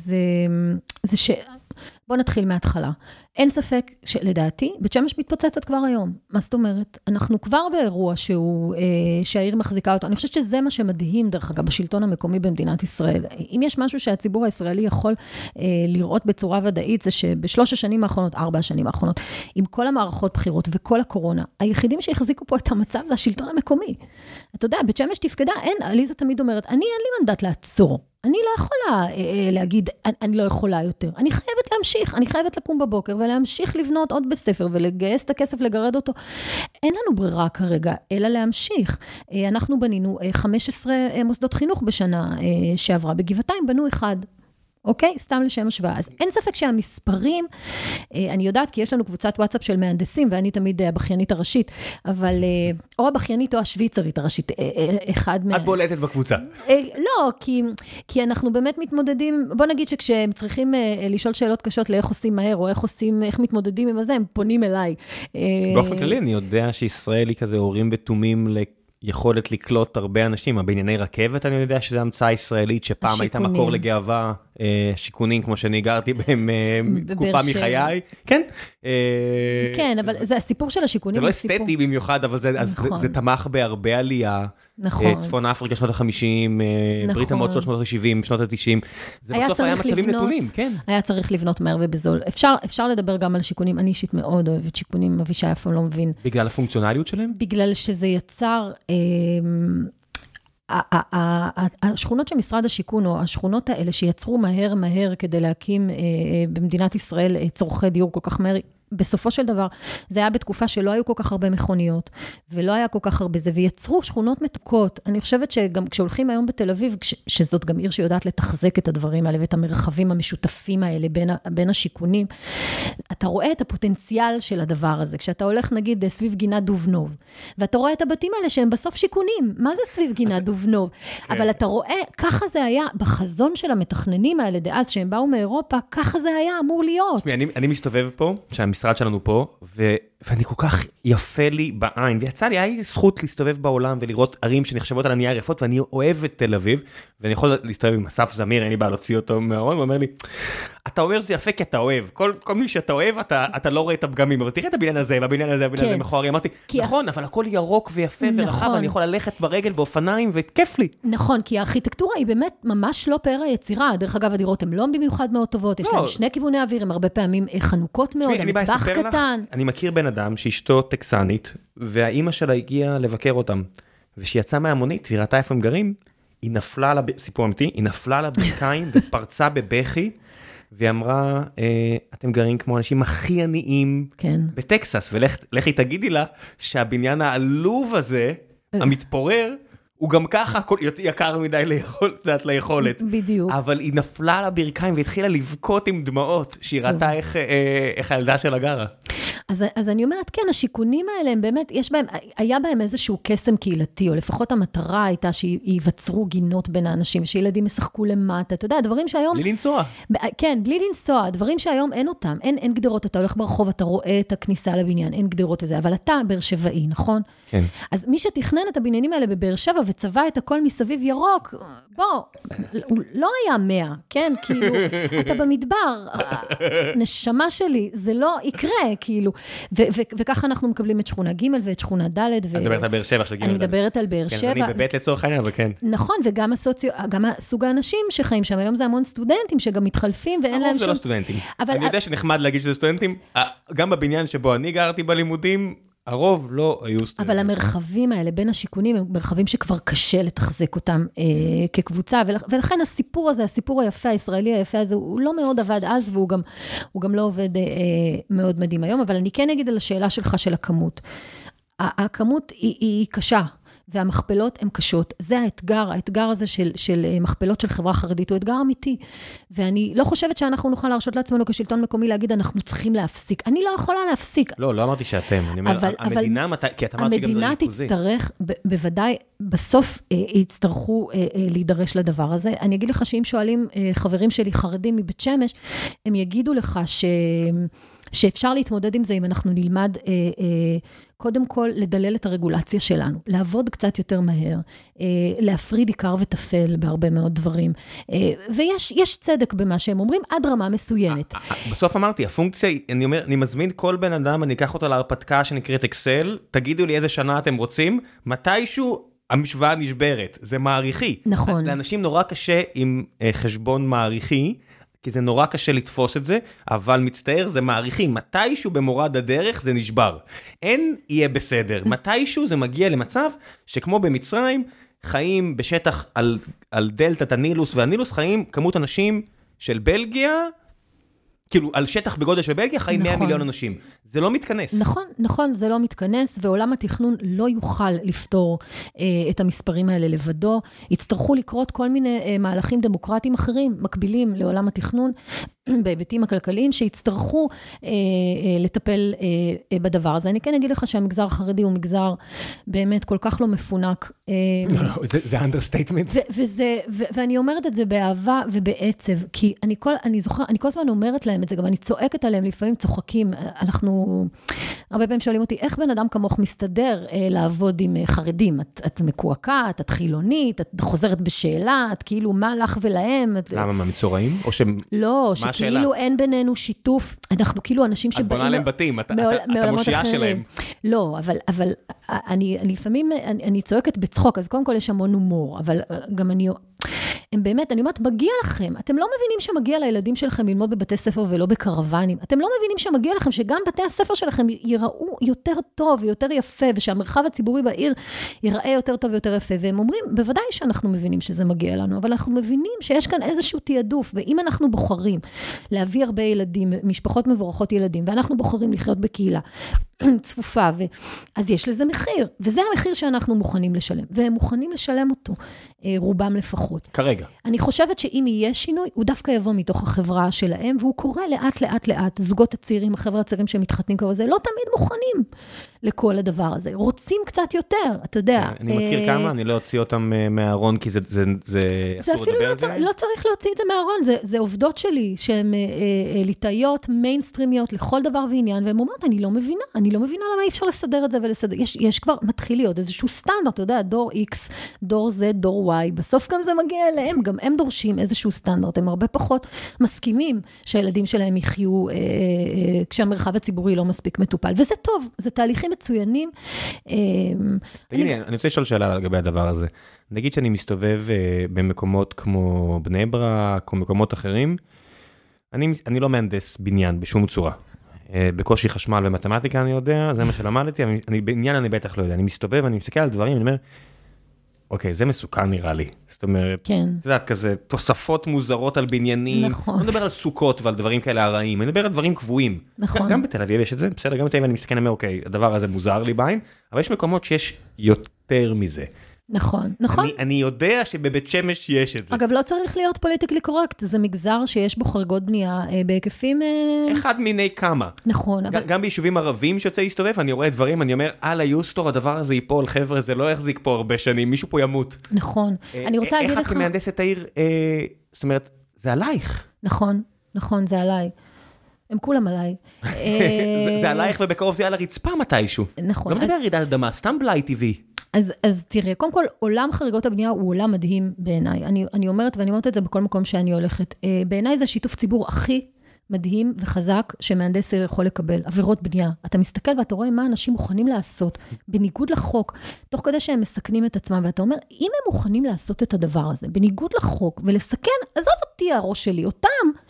זה ש... בוא נתחיל מההתחלה. אין ספק שלדעתי, בית שמש מתפוצצת כבר היום. מה זאת אומרת? אנחנו כבר באירוע שהעיר מחזיקה אותו. אני חושבת שזה מה שמדהים, דרך אגב, בשלטון המקומי במדינת ישראל. אם יש משהו שהציבור הישראלי יכול לראות בצורה ודאית, זה שבשלוש השנים האחרונות, 4 השנים האחרונות, עם כל המערכות בחירות וכל הקורונה, היחידים שהחזיקו פה את המצב זה השלטון המקומי. אתה יודע, בית שמש תפקדה, עליזה תמיד אומרת, אין לי מנדט לעצור. אני לא יכולה להגיד, אני לא יכולה יותר. אני חייבת להמשיך, אני חייבת לקום בבוקר ולהמשיך לבנות עוד בספר ולגייס את הכסף, לגרד אותו. אין לנו ברירה כרגע, אלא להמשיך. אנחנו בנינו 15 מוסדות חינוך בשנה שעברה. בגבעתיים בנו 1. אוקיי? סתם לשם השוואה. אז אין ספק שהמספרים, אני יודעת, כי יש לנו קבוצת וואטסאפ של מהנדסים, ואני תמיד הבכיינית הראשית, אבל, או הבכיינית או השוויצרית הראשית, אחד את בולטת בקבוצה. לא, כי אנחנו באמת מתמודדים, בוא נגיד שכשהם צריכים לשאול שאלות קשות לאיך עושים מהר, או איך מתמודדים עם הזה, הם פונים אליי. באופן כללי, אני יודע שישראל היא כזה הורים ותומים יכולת לקלוט הרבה אנשים, בענייני רכבת אני יודע שזה המצאה ישראלית, שפעם הייתה מקור לגאווה, שיכונים כמו שאני גרתי בהם תקופה מחיי, כן. כן, אבל זה הסיפור של השיכונים. זה לא אסתטי במיוחד, אבל זה תמך בהרבה עלייה, צפון אפריקה שנות ה-50, ברית המועצות שנות ה-70, שנות ה-90, זה בסוף היה מצבים נתונים, כן. היה צריך לבנות מהר ובזול. אפשר לדבר גם על שיכונים, אני אישית מאוד אוהבת שיכונים, אבישי אף פעם לא מבין. בגלל הפונקציונליות שלהם? בגלל שזה יצר... השכונות של משרד השיכון, או השכונות האלה שיצרו מהר כדי להקים במדינת ישראל צורכי דיור כל כך מהר, בסופו של דבר, זה היה בתקופה שלא היו כל כך הרבה מכוניות, ולא היה כל כך הרבה זה, ויצרו שכונות מתוקות. אני חושבת שגם כשהולכים היום בתל אביב, שזאת גם עיר שיודעת לתחזק את הדברים האלה, ואת המרחבים המשותפים האלה בין השיקונים, אתה רואה את הפוטנציאל של הדבר הזה. כשאתה הולך, נגיד, סביב גינת דובנוב, ואתה רואה את הבתים האלה שהם בסוף שיקונים. מה זה סביב גינת דובנוב? אבל אתה רואה, ככה זה היה, בחזון של המתכננים האלה דאז, שהם באו מאירופה, ככה זה היה אמור להיות. אני מסתובב פה, שהמשרד שלנו פה, ואני כל כך יפה לי בעין, ויצא לי, היה לי זכות להסתובב בעולם, ולראות ערים שנחשבות על הנייר יפות, ואני אוהב את תל אביב, ואני יכול להסתובב עם אסף זמיר, אין לי בעיה להוציא אותו מהארון, ואומר לי, אתה אומר שזה יפה כי אתה אוהב, כל מי שאתה אוהב, אתה לא רואה את הפגמים, אבל תראה את הבניין הזה, והבניין הזה, והבניין הזה מכוערי, אמרתי, נכון, אבל הכל ירוק ויפה ורחב, אני יכול ללכת ברגל באופניים, וכיף לי. נכון, כי הארכיטקטורה היא באמת ממש לא פאר היצירה. דרך אגב, הדירות הן לא במיוחד מאוד טובות, יש להם שני כיווני אוויר, הם הרבה פעמים חנוכות מאוד, מטבח קטן. אני מכיר בן אדם שאשתו טקסנית, והאימא שלה הגיעה לבקר אותם, ושיצאה מהמונית, והיא ראתה איפה הם גרים, היא נפלה על סיפור אמיתי, היא נפלה על הברכיים ופרצה בבכי, והיא אמרה, אתם גרים כמו אנשים הכי עניים בטקסס, ולכי תגידי לה שהבניין העלוב הזה, המתפורר, הוא גם ככה יקר מדי ליכולת. בדיוק. אבל היא נפלה על הברכיים והתחילה לבכות עם דמעות, שהיא ראתה איך הילדה שלה גרה. אז אני אומרת, כן, השיקונים האלה הם באמת, היה בהם איזשהו קסם קהילתי, או לפחות המטרה הייתה שיווצרו גינות בין האנשים, שילדים ישחקו למטה, אתה יודע, דברים שהיום... בלי לנסוע. כן, בלי לנסוע, דברים שהיום אין אותם, אין גדרות, אתה הולך ברחוב, אתה רואה את הכניסה לבניין, אין גדרות וזה, אבל אתה באר שבעי, נכון? כן. אז מי שתכנן את הבניינים האלה בבאר שבע, וצבע את הכל מסביב ירוק, בוא, הוא לא היה 100, כן? כאילו, אתה במדבר, נשמה שלי, זה לא יקרה, כאילו, וככה אנחנו מקבלים את שכונה ג' ואת שכונה ד' את מדברת על באר שבע של ג'. אני מדברת על באר שבע. אני בבית לצורך העניין, אבל כן. נכון, וגם סוג האנשים שחיים שם, היום זה המון סטודנטים שגם מתחלפים, ואין להם שום... זה לא סטודנטים. אני יודע שנחמד להגיד שזה סטודנטים, גם בבניין שבו אני גרתי בלימודים, הרוב לא היו סטודנטים. אבל המרחבים האלה בין השיקונים, הם מרחבים שכבר קשה לתחזק אותם כקבוצה, ולכן הסיפור הזה, הסיפור היפה, הישראלי היפה הזה, הוא לא מאוד עבד אז, והוא גם לא עובד מאוד מדהים היום, אבל אני כן אגיד על השאלה שלך של הכמות. הכמות היא קשה. והמכפלות הן קשות. זה האתגר הזה של מכפלות של חברה חרדית, הוא אתגר אמיתי. ואני לא חושבת שאנחנו נוכל להרשות לעצמנו כשלטון מקומי להגיד, אנחנו צריכים להפסיק. אני לא יכולה להפסיק. לא אמרתי שאתם. אני אומר, המדינה, כי את אמרת שגם זה ריכוזי. המדינה תצטרך, בוודאי, בסוף יצטרכו להידרש לדבר הזה. אני אגיד לך שאם שואלים חברים שלי חרדים מבית שמש, הם יגידו לך שאפשר להתמודד עם זה אם אנחנו נלמד קודם כל לדלל את הרגולציה שלנו, לעבוד קצת יותר מהר, להפריד עיקר וטפל בהרבה מאוד דברים, ויש צדק במה שהם אומרים עד רמה מסוימת. בסוף אמרתי, הפונקציה, אני מזמין כל בן אדם, אני אקח אותו להרפתקה שנקראת אקסל, תגידו לי איזה שנה אתם רוצים, מתישהו המשוואה נשברת, זה מעריכי. נכון. לאנשים נורא קשה עם חשבון מעריכי, כי זה נורא קשה לתפוס את זה, אבל מצטער, זה מעריכים. מתישהו במורד הדרך זה נשבר. אין יהיה בסדר. מתישהו זה מגיע למצב שכמו במצרים, חיים בשטח על דלתת הנילוס, והנילוס חיים כמות אנשים של בלגיה, כאילו על שטח בגודל של בלגיה חיים 100 מיליון אנשים. זה לא מתכנס. נכון, זה לא מתכנס, ועולם התכנון לא יוכל לפתור את המספרים האלה לבדו. יצטרכו לקרות כל מיני מהלכים דמוקרטיים אחרים, מקבילים לעולם התכנון, בהיבטים הכלכליים, שיצטרכו לטפל בדבר הזה. אני כן אגיד לך שהמגזר החרדי הוא מגזר באמת כל כך לא מפונק. זה understatement. ואני אומרת את זה באהבה ובעצב, כי אני כל הזמן אומרת להם את זה, גם אני צועקת עליהם, לפעמים צוחקים, אנחנו, הרבה פעמים שואלים אותי, איך בן אדם כמוך מסתדר לעבוד עם חרדים? את מקועקעת, את חילונית, את חוזרת בשאלה, את כאילו מה לך ולהם? למה, מה, מצורעים? לא, שכאילו אין בינינו שיתוף, אנחנו כאילו אנשים את בונה להם בתים, אתה מושיעה שלהם. לא, אבל אני לפעמים, אני צועקת בצחוק, אז קודם כל יש המון הומור, אבל גם הם באמת, אני אומרת, מגיע לכם, אתם לא מבינים שמגיע לילדים שלכם ללמוד בבתי ספר ולא בקרוונים, אתם לא מבינים שמגיע לכם שגם בתי הספר שלכם ייראו יותר טוב ויותר יפה, ושהמרחב הציבורי בעיר ייראה יותר טוב ויותר יפה, והם אומרים, בוודאי שאנחנו מבינים שזה מגיע לנו, אבל אנחנו מבינים שיש כאן איזשהו תיעדוף, ואם אנחנו בוחרים להביא הרבה ילדים, משפחות מבורכות ילדים, ואנחנו בוחרים לחיות בקהילה צפופה, אז יש לזה מחיר, וזה המחיר שאנחנו מוכנים לשלם, והם מוכנים לשלם אותו, רובם לפחות. כרגע. אני חושבת שאם יהיה שינוי, הוא דווקא יבוא מתוך החברה שלהם, והוא קורא לאט, זוגות הצעירים, החברה הצעירים שמתחתנים כבר, זה לא תמיד מוכנים לכל הדבר הזה. רוצים קצת יותר, אתה יודע. אני מכיר כמה, אני לא אוציא אותם מהארון, כי זה אסור לדבר על זה. לא צריך להוציא את זה מהארון, זה עובדות שלי, שהן ליטאיות, מיינסטרימיות, לכל דבר ועניין, והן אומרות, אני לא מבינה למה אי אפשר לסדר את זה ולסדר. יש כבר מתחיל להיות איזשהו סטנדרט, אתה יודע, דור X, דור Z, דור Y, בסוף גם זה מגיע אליהם, גם הם דורשים איזשהו סטנדרט, הם הרבה פחות מסכימים שהילדים שלהם יחיו כשהמרחב הציבורי לא מספיק מטופל, וזה טוב, זה תהליכים מצוינים. תגידי, אני רוצה לשאול שאלה לגבי הדבר הזה. נגיד שאני מסתובב במקומות כמו בני ברק, או מקומות אחרים, אני לא מהנדס בניין בשום צורה. בקושי חשמל ומתמטיקה אני יודע, זה מה שלמדתי, בעניין אני בטח לא יודע. אני מסתובב, אני מסתכל על דברים, אני אומר, אוקיי, זה מסוכן נראה לי. זאת אומרת, כן. את יודעת, כזה תוספות מוזרות על בניינים. נכון. אני מדבר על סוכות ועל דברים כאלה הרעים, אני מדבר על דברים קבועים. נכון. גם בתל אביב יש את זה, בסדר, גם בתל אביב אני מסתכל, אני אומר, אוקיי, הדבר הזה מוזר לי בעין, אבל יש מקומות שיש יותר מזה. נכון. אני יודע שבבית שמש יש את זה. אגב, לא צריך להיות פוליטיקלי קורקט, זה מגזר שיש בו חריגות בנייה בהיקפים... אחד מיני כמה. נכון. גם ביישובים ערבים שיוצא להסתובב, אני רואה דברים, אני אומר, יוסטור, הדבר הזה ייפול, חבר'ה, זה לא יחזיק פה הרבה שנים, מישהו פה ימות. נכון. אני רוצה להגיד לך... איך את כמהנדסת העיר, זאת אומרת, זה עלייך. נכון, זה עליי. הם כולם עליי. זה עלייך ובקרוב זה יהיה על הרצפה מתישהו. נכון. לא מדבר רעידת אדמה, סתם בלאי טבעי. אז תראה, קודם כל, עולם חריגות הבנייה הוא עולם מדהים בעיניי. אני אומרת, ואני אומרת את זה בכל מקום שאני הולכת. בעיניי זה שיתוף ציבור הכי מדהים וחזק שמהנדס עיר יכול לקבל. עבירות בנייה. אתה מסתכל ואתה רואה מה אנשים מוכנים לעשות, בניגוד לחוק, תוך כדי שהם מסכנים את עצמם, ואתה אומר, אם הם מוכנים לעשות את הדבר הזה, בניגוד לחוק, ולסכן, עזוב אותי הראש שלי, אותם,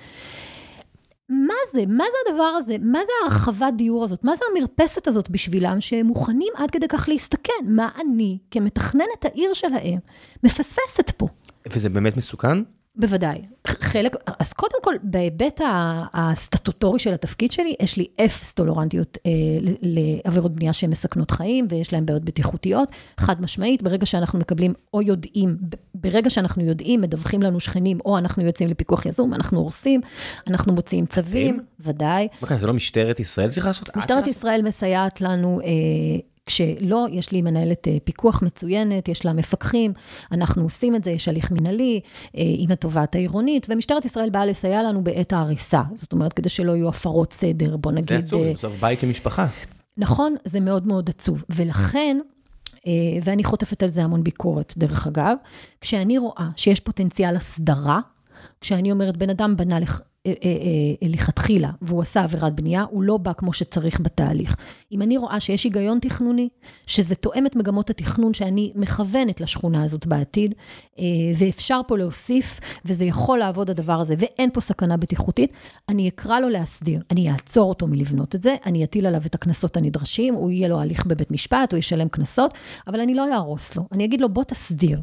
מה זה הדבר הזה? מה זה הרחבת דיור הזאת? מה זה המרפסת הזאת בשבילם שהם מוכנים עד כדי כך להסתכן? מה אני, כמתכננת העיר שלהם, מפספסת פה? וזה באמת מסוכן? בוודאי. חלק, אז קודם כל, בהיבט הסטטוטורי של התפקיד שלי, יש לי אפס טולרנטיות לעבירות בנייה שהן מסכנות חיים, ויש להן בעיות בטיחותיות, חד משמעית, ברגע שאנחנו מקבלים או יודעים, ברגע שאנחנו יודעים, מדווחים לנו שכנים, או אנחנו יוצאים לפיקוח יזום, אנחנו הורסים, אנחנו מוציאים צווים, ודאי. זה לא משטרת ישראל צריך לעשות? משטרת ישראל מסייעת לנו, כשלא, יש לי מנהלת פיקוח מצוינת, יש לה מפקחים, אנחנו עושים את זה, יש הליך מנהלי, עם התובעת העירונית, ומשטרת ישראל באה לסייע לנו בעת ההריסה. זאת אומרת, כדי שלא יהיו הפרות סדר, בוא נגיד... זה עצוב, בסוף בית עם משפחה. נכון, זה מאוד מאוד עצוב. ולכן, ואני חוטפת על זה המון ביקורת, דרך אגב, כשאני רואה שיש פוטנציאל הסדרה, כשאני אומרת, בן אדם בנה לכתחילה, והוא עשה עבירת בנייה, הוא לא בא כמו שצריך בתהליך. אם אני רואה שיש היגיון תכנוני, שזה תואם את מגמות התכנון שאני מכוונת לשכונה הזאת בעתיד, ואפשר פה להוסיף, וזה יכול לעבוד הדבר הזה, ואין פה סכנה בטיחותית, אני אקרא לו להסדיר, אני אעצור אותו מלבנות את זה, אני אטיל עליו את הקנסות הנדרשים, הוא יהיה לו הליך בבית משפט, הוא ישלם קנסות, אבל אני לא יהרוס לו, אני אגיד לו בוא תסדיר.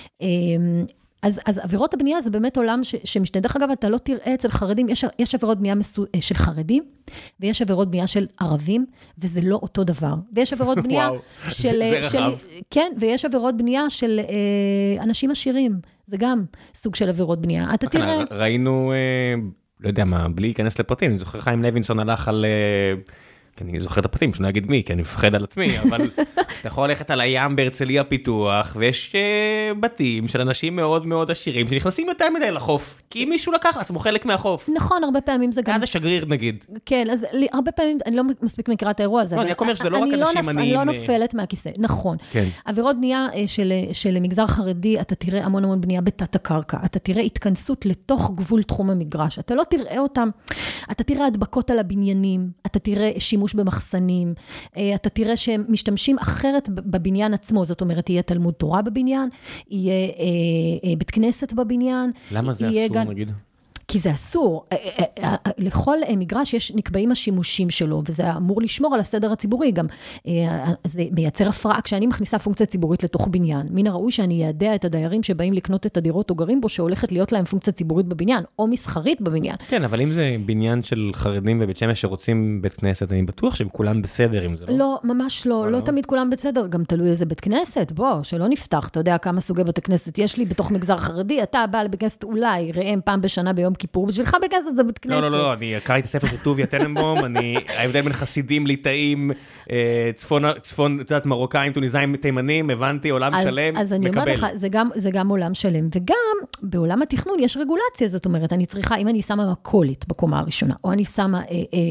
אז עבירות הבנייה זה באמת עולם שמשנה. דרך אגב, אתה לא תראה אצל חרדים, יש עבירות בנייה של חרדים, ויש עבירות בנייה של ערבים, וזה לא אותו דבר. ויש עבירות בנייה של... כן, ויש עבירות בנייה של אנשים עשירים. זה גם סוג של עבירות בנייה. אתה תראה... ראינו, לא יודע מה, בלי להיכנס לפרטים, אני זוכר חיים לוינסון הלך על... אני זוכר את הפרטים, שאני אגיד מי, כי אני מפחד על עצמי, אבל אתה יכול ללכת על הים בהרצליה פיתוח, ויש בתים של אנשים מאוד מאוד עשירים, שנכנסים יותר מדי לחוף, כי מישהו לקח לעצמו חלק מהחוף. נכון, הרבה פעמים זה גם... עד השגריר נגיד. כן, אז הרבה פעמים, אני לא מספיק מכירה את האירוע הזה. לא, אני אומר שזה לא רק אנשים עניים. אני לא נופלת מהכיסא, נכון. עבירות בנייה של מגזר חרדי, אתה תראה המון המון בנייה בתת הקרקע, אתה תראה התכנסות לתוך גבול תחום המגרש, אתה לא תראה אותם, אתה תראה הדבקות על הבניינים, אתה תראה שימוש במחסנים, אתה תראה שהם משתמשים אחרת בבניין עצמו, זאת אומרת, יהיה תלמוד תורה בבניין, יהיה בית כנסת בבניין. למה זה אסור, נגיד? כי זה אסור. לכל מגרש נקבעים השימושים שלו, וזה אמור לשמור על הסדר הציבורי. גם זה מייצר הפרעה, כשאני מכניסה פונקציה ציבורית לתוך בניין, מן הראוי שאני ידע את הדיירים שבאים לקנות את הדירות או גרים בו, שהולכת להיות להם פונקציה ציבורית בבניין, או מסחרית בבניין. כן, אבל אם זה בניין של חרדים בבית שמש שרוצים בית כנסת, אני בטוח שהם כולם בסדר עם זה, לא? לא, ממש לא. לא תמיד כולם בסדר. גם תלוי איזה בית כנסת. בוא, שלא נפתח. אתה יודע כמה סוגי בתי כנסת יש לי בתוך מגזר חרדי. אתה בא לבית כנסת אולי, ראם פעם בשנה ביום כיפור, בשבילך בכנסת זה בית כנסת. לא, אני קראתי את הספר של טוביה טננבום, ההבדל בין חסידים, ליטאים, צפון, את יודעת, מרוקאים, טוניסאים, תימנים, הבנתי, עולם שלם, מקבל. אז אני אומרת לך, זה גם עולם שלם, וגם בעולם התכנון יש רגולציה, זאת אומרת, אני צריכה, אם אני שמה מקולית בקומה הראשונה, או אני שמה,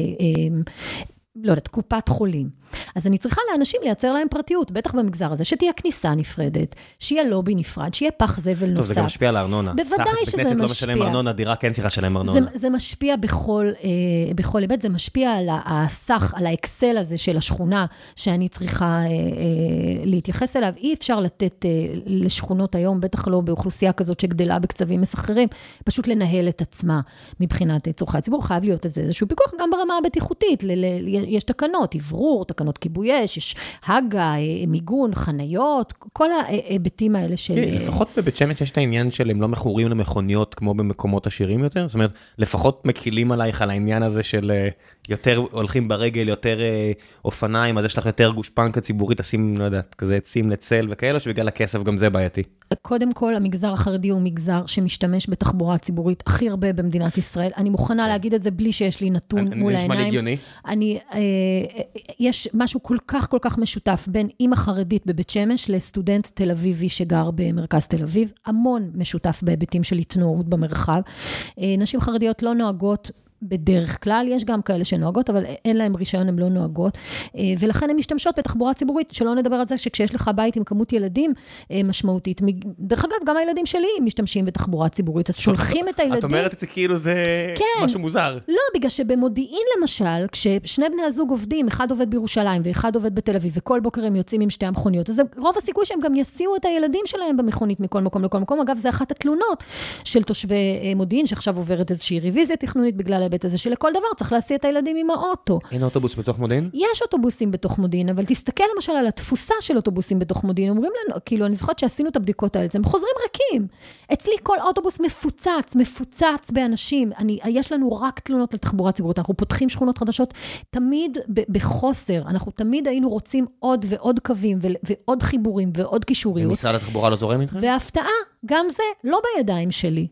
לא יודעת, קופת חולים, אז אני צריכה לאנשים לייצר להם פרטיות, בטח במגזר הזה, שתהיה כניסה נפרדת, שיהיה לובי נפרד, שיהיה פח זבל נוסף. טוב, זה גם משפיע על הארנונה. בוודאי שזה משפיע. בכנסת לא משלם ארנונה, דירה כן צריכה לשלם ארנונה. זה משפיע בכל היבט, זה משפיע על הסך, על האקסל הזה של השכונה, שאני צריכה להתייחס אליו. אי אפשר לתת לשכונות היום, בטח לא באוכלוסייה כזאת שגדלה בקצבים מסחררים, פשוט לנהל את עצמה מבחינת צורכי הציבור. חייב להיות איזשהו פיקוח גם ברמה הבטיחותית. יש תקנות, עברור, תקנות כיבוי אש, יש הגה, מיגון, חניות, כל ההיבטים האלה של... לפחות בבית שמש יש את העניין של הם לא מכורים למכוניות כמו במקומות עשירים יותר, זאת אומרת, לפחות מקילים עלייך על העניין הזה של יותר הולכים ברגל, יותר אופניים, אז יש לך יותר גושפנקה ציבורית, תשים, לא יודעת, כזה עצים לצל וכאלה, שבגלל הכסף גם זה בעייתי. קודם כל, המגזר החרדי הוא מגזר שמשתמש בתחבורה ציבורית הכי הרבה במדינת ישראל. אני מוכנה להגיד את זה בלי שיש לי נתון מול העיניים. נשמע לי הגיוני. יש משהו כל כך משותף בין אמא חרדית בבית שמש לסטודנט תל אביבי שגר במרכז תל אביב. המון משותף בהיבטים של התנועות במרחב. נשים חרדיות לא נוהגות בדרך כלל, יש גם כאלה שנוהגות, אבל אין להם רישיון, הן לא נוהגות, ולכן הן משתמשות בתחבורה ציבורית, שלא נדבר על זה שכשיש לך בית עם כמות ילדים משמעותית, דרך אגב, גם הילדים שלי משתמשים בתחבורה ציבורית, אז שולחים את הילדים... את אומרת את זה כאילו זה משהו מוזר. לא, בגלל שבמודיעין למשל, כששני בני הזוג עובדים, אחד עובד בירושלים ואחד עובד בתל אביב, וכל בוקר הם יוצאים עם שתי המכוניות, אז רוב הסיכוי שהם גם יסיעו את הילדים שלהם במכונית מכל מקום לכל מקום. אגב, זה אחת התלונות של תושבי מודיעין, שעכשיו עוברת איזושהי רוויזיה תכנונית בגלל בהיבט הזה, שלכל דבר צריך להסיע את הילדים עם האוטו. אין אוטובוס בתוך מודיעין? יש אוטובוסים בתוך מודיעין, אבל תסתכל למשל על התפוסה של אוטובוסים בתוך מודיעין, אומרים לנו, כאילו, אני זוכרת שעשינו את הבדיקות האלה, הם חוזרים ריקים. אצלי כל אוטובוס מפוצץ באנשים. יש לנו רק תלונות על תחבורה ציבורית, אנחנו פותחים שכונות חדשות, תמיד בחוסר, אנחנו תמיד היינו רוצים עוד ועוד קווים, ועוד חיבורים, ועוד קישוריות. ומשרד התחבורה לא זורם איתכם? וההפתעה, גם זה לא בידיים שלי.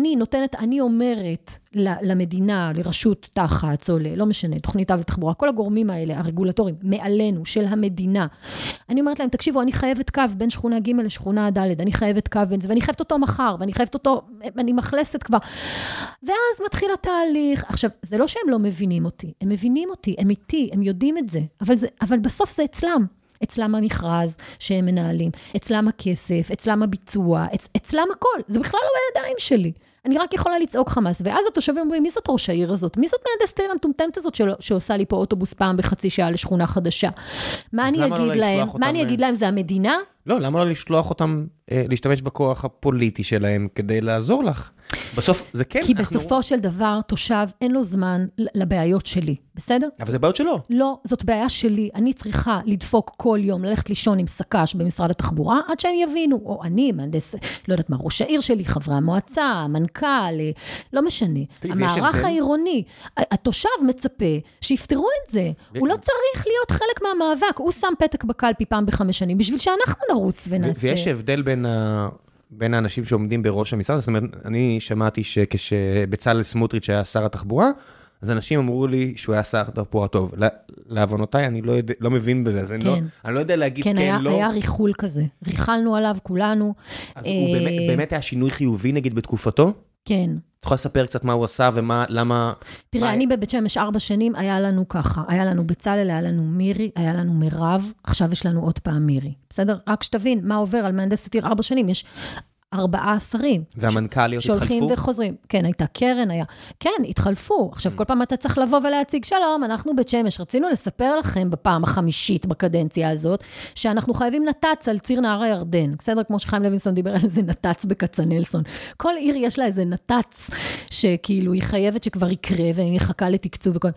אני אומרת למדינה, לרשות תחת, או לא משנה, תוכנית אב לתחבורה, כל הגורמים האלה, הרגולטורים, מעלינו, של המדינה. אני אומרת להם, תקשיבו, אני חייבת קו בין שכונה ג' לשכונה ד', אני חייבת קו בין זה, ואני חייבת אותו מחר, ואני חייבת אותו, אני מחלסת כבר. ואז מתחיל התהליך. עכשיו, זה לא שהם לא מבינים אותי, הם מבינים אותי, הם איתי, הם יודעים את זה, אבל בסוף זה אצלם. אצלם המכרז שהם מנהלים, אצלם הכסף, אצלם הביצוע, אצלם הכל. זה בכלל לא בידיים שלי. אני רק יכולה לצעוק חמאס, ואז התושבים אומרים, מי זאת ראש העיר הזאת? מי זאת מהנדסת העיר המטומטמת הזאת שעושה לי פה אוטובוס פעם בחצי שעה לשכונה חדשה? מה אני אגיד להם? מה אני אגיד להם? זה המדינה? לא, למה לא לשלוח אותם להשתמש בכוח הפוליטי שלהם כדי לעזור לך? בסוף זה כן. כי בסופו של דבר, תושב אין לו זמן לבעיות שלי, בסדר? אבל זה בעיות שלו. לא, זאת בעיה שלי. אני צריכה לדפוק כל יום, ללכת לישון עם סקש במשרד התחבורה, עד שהם יבינו, או אני, מהנדס, לא יודעת מה, ראש העיר שלי, חברי המועצה, המנכ"ל, לא משנה. המערך העירוני, התושב מצפה שיפתרו את זה. הוא לא צריך להיות חלק מהמאבק. הוא שם פתק בקלפי פעם ב5 שנים, בשביל שאנחנו נרוץ ונעשה. ויש הבדל בין האנשים שעומדים בראש המשרד, זאת אומרת, אני שמעתי שכשבצלאל סמוטריץ' היה שר התחבורה, אז אנשים אמרו לי שהוא היה שר התחבורה טוב. להבנותיי, אני לא מבין בזה, אז אני לא יודע להגיד כן, לא. כן, היה ריחול כזה. ריחלנו עליו כולנו. אז הוא באמת היה שינוי חיובי, נגיד, בתקופתו? כן. את יכולה לספר קצת מה הוא עשה ומה, למה... תראה, אני בבית שמש 4 שנים, היה לנו ככה, היה לנו בצלאל, היה לנו מירי, היה לנו מירב, עכשיו יש לנו עוד פעם מירי. בסדר? רק שתבין מה עובר על מהנדסת עיר 4 שנים, יש 4 שרים. והמנכ"ליות התחלפו? שהולכים וחוזרים. כן, הייתה קרן, היה... כן, התחלפו. עכשיו, כל פעם אתה צריך לבוא ולהציג, שלום, אנחנו בית שמש, רצינו לספר לכם בפעם ה5 בקדנציה הזאת, שאנחנו חייבים נתץ על ציר נהר הירדן. בסדר? כמו שחיים לוינסון דיבר על איזה נתץ בקצנלסון. כל עיר יש לה איזה נתץ, שכאילו היא חייבת שכבר יקרה, והיא מחכה לתקצוב וכל...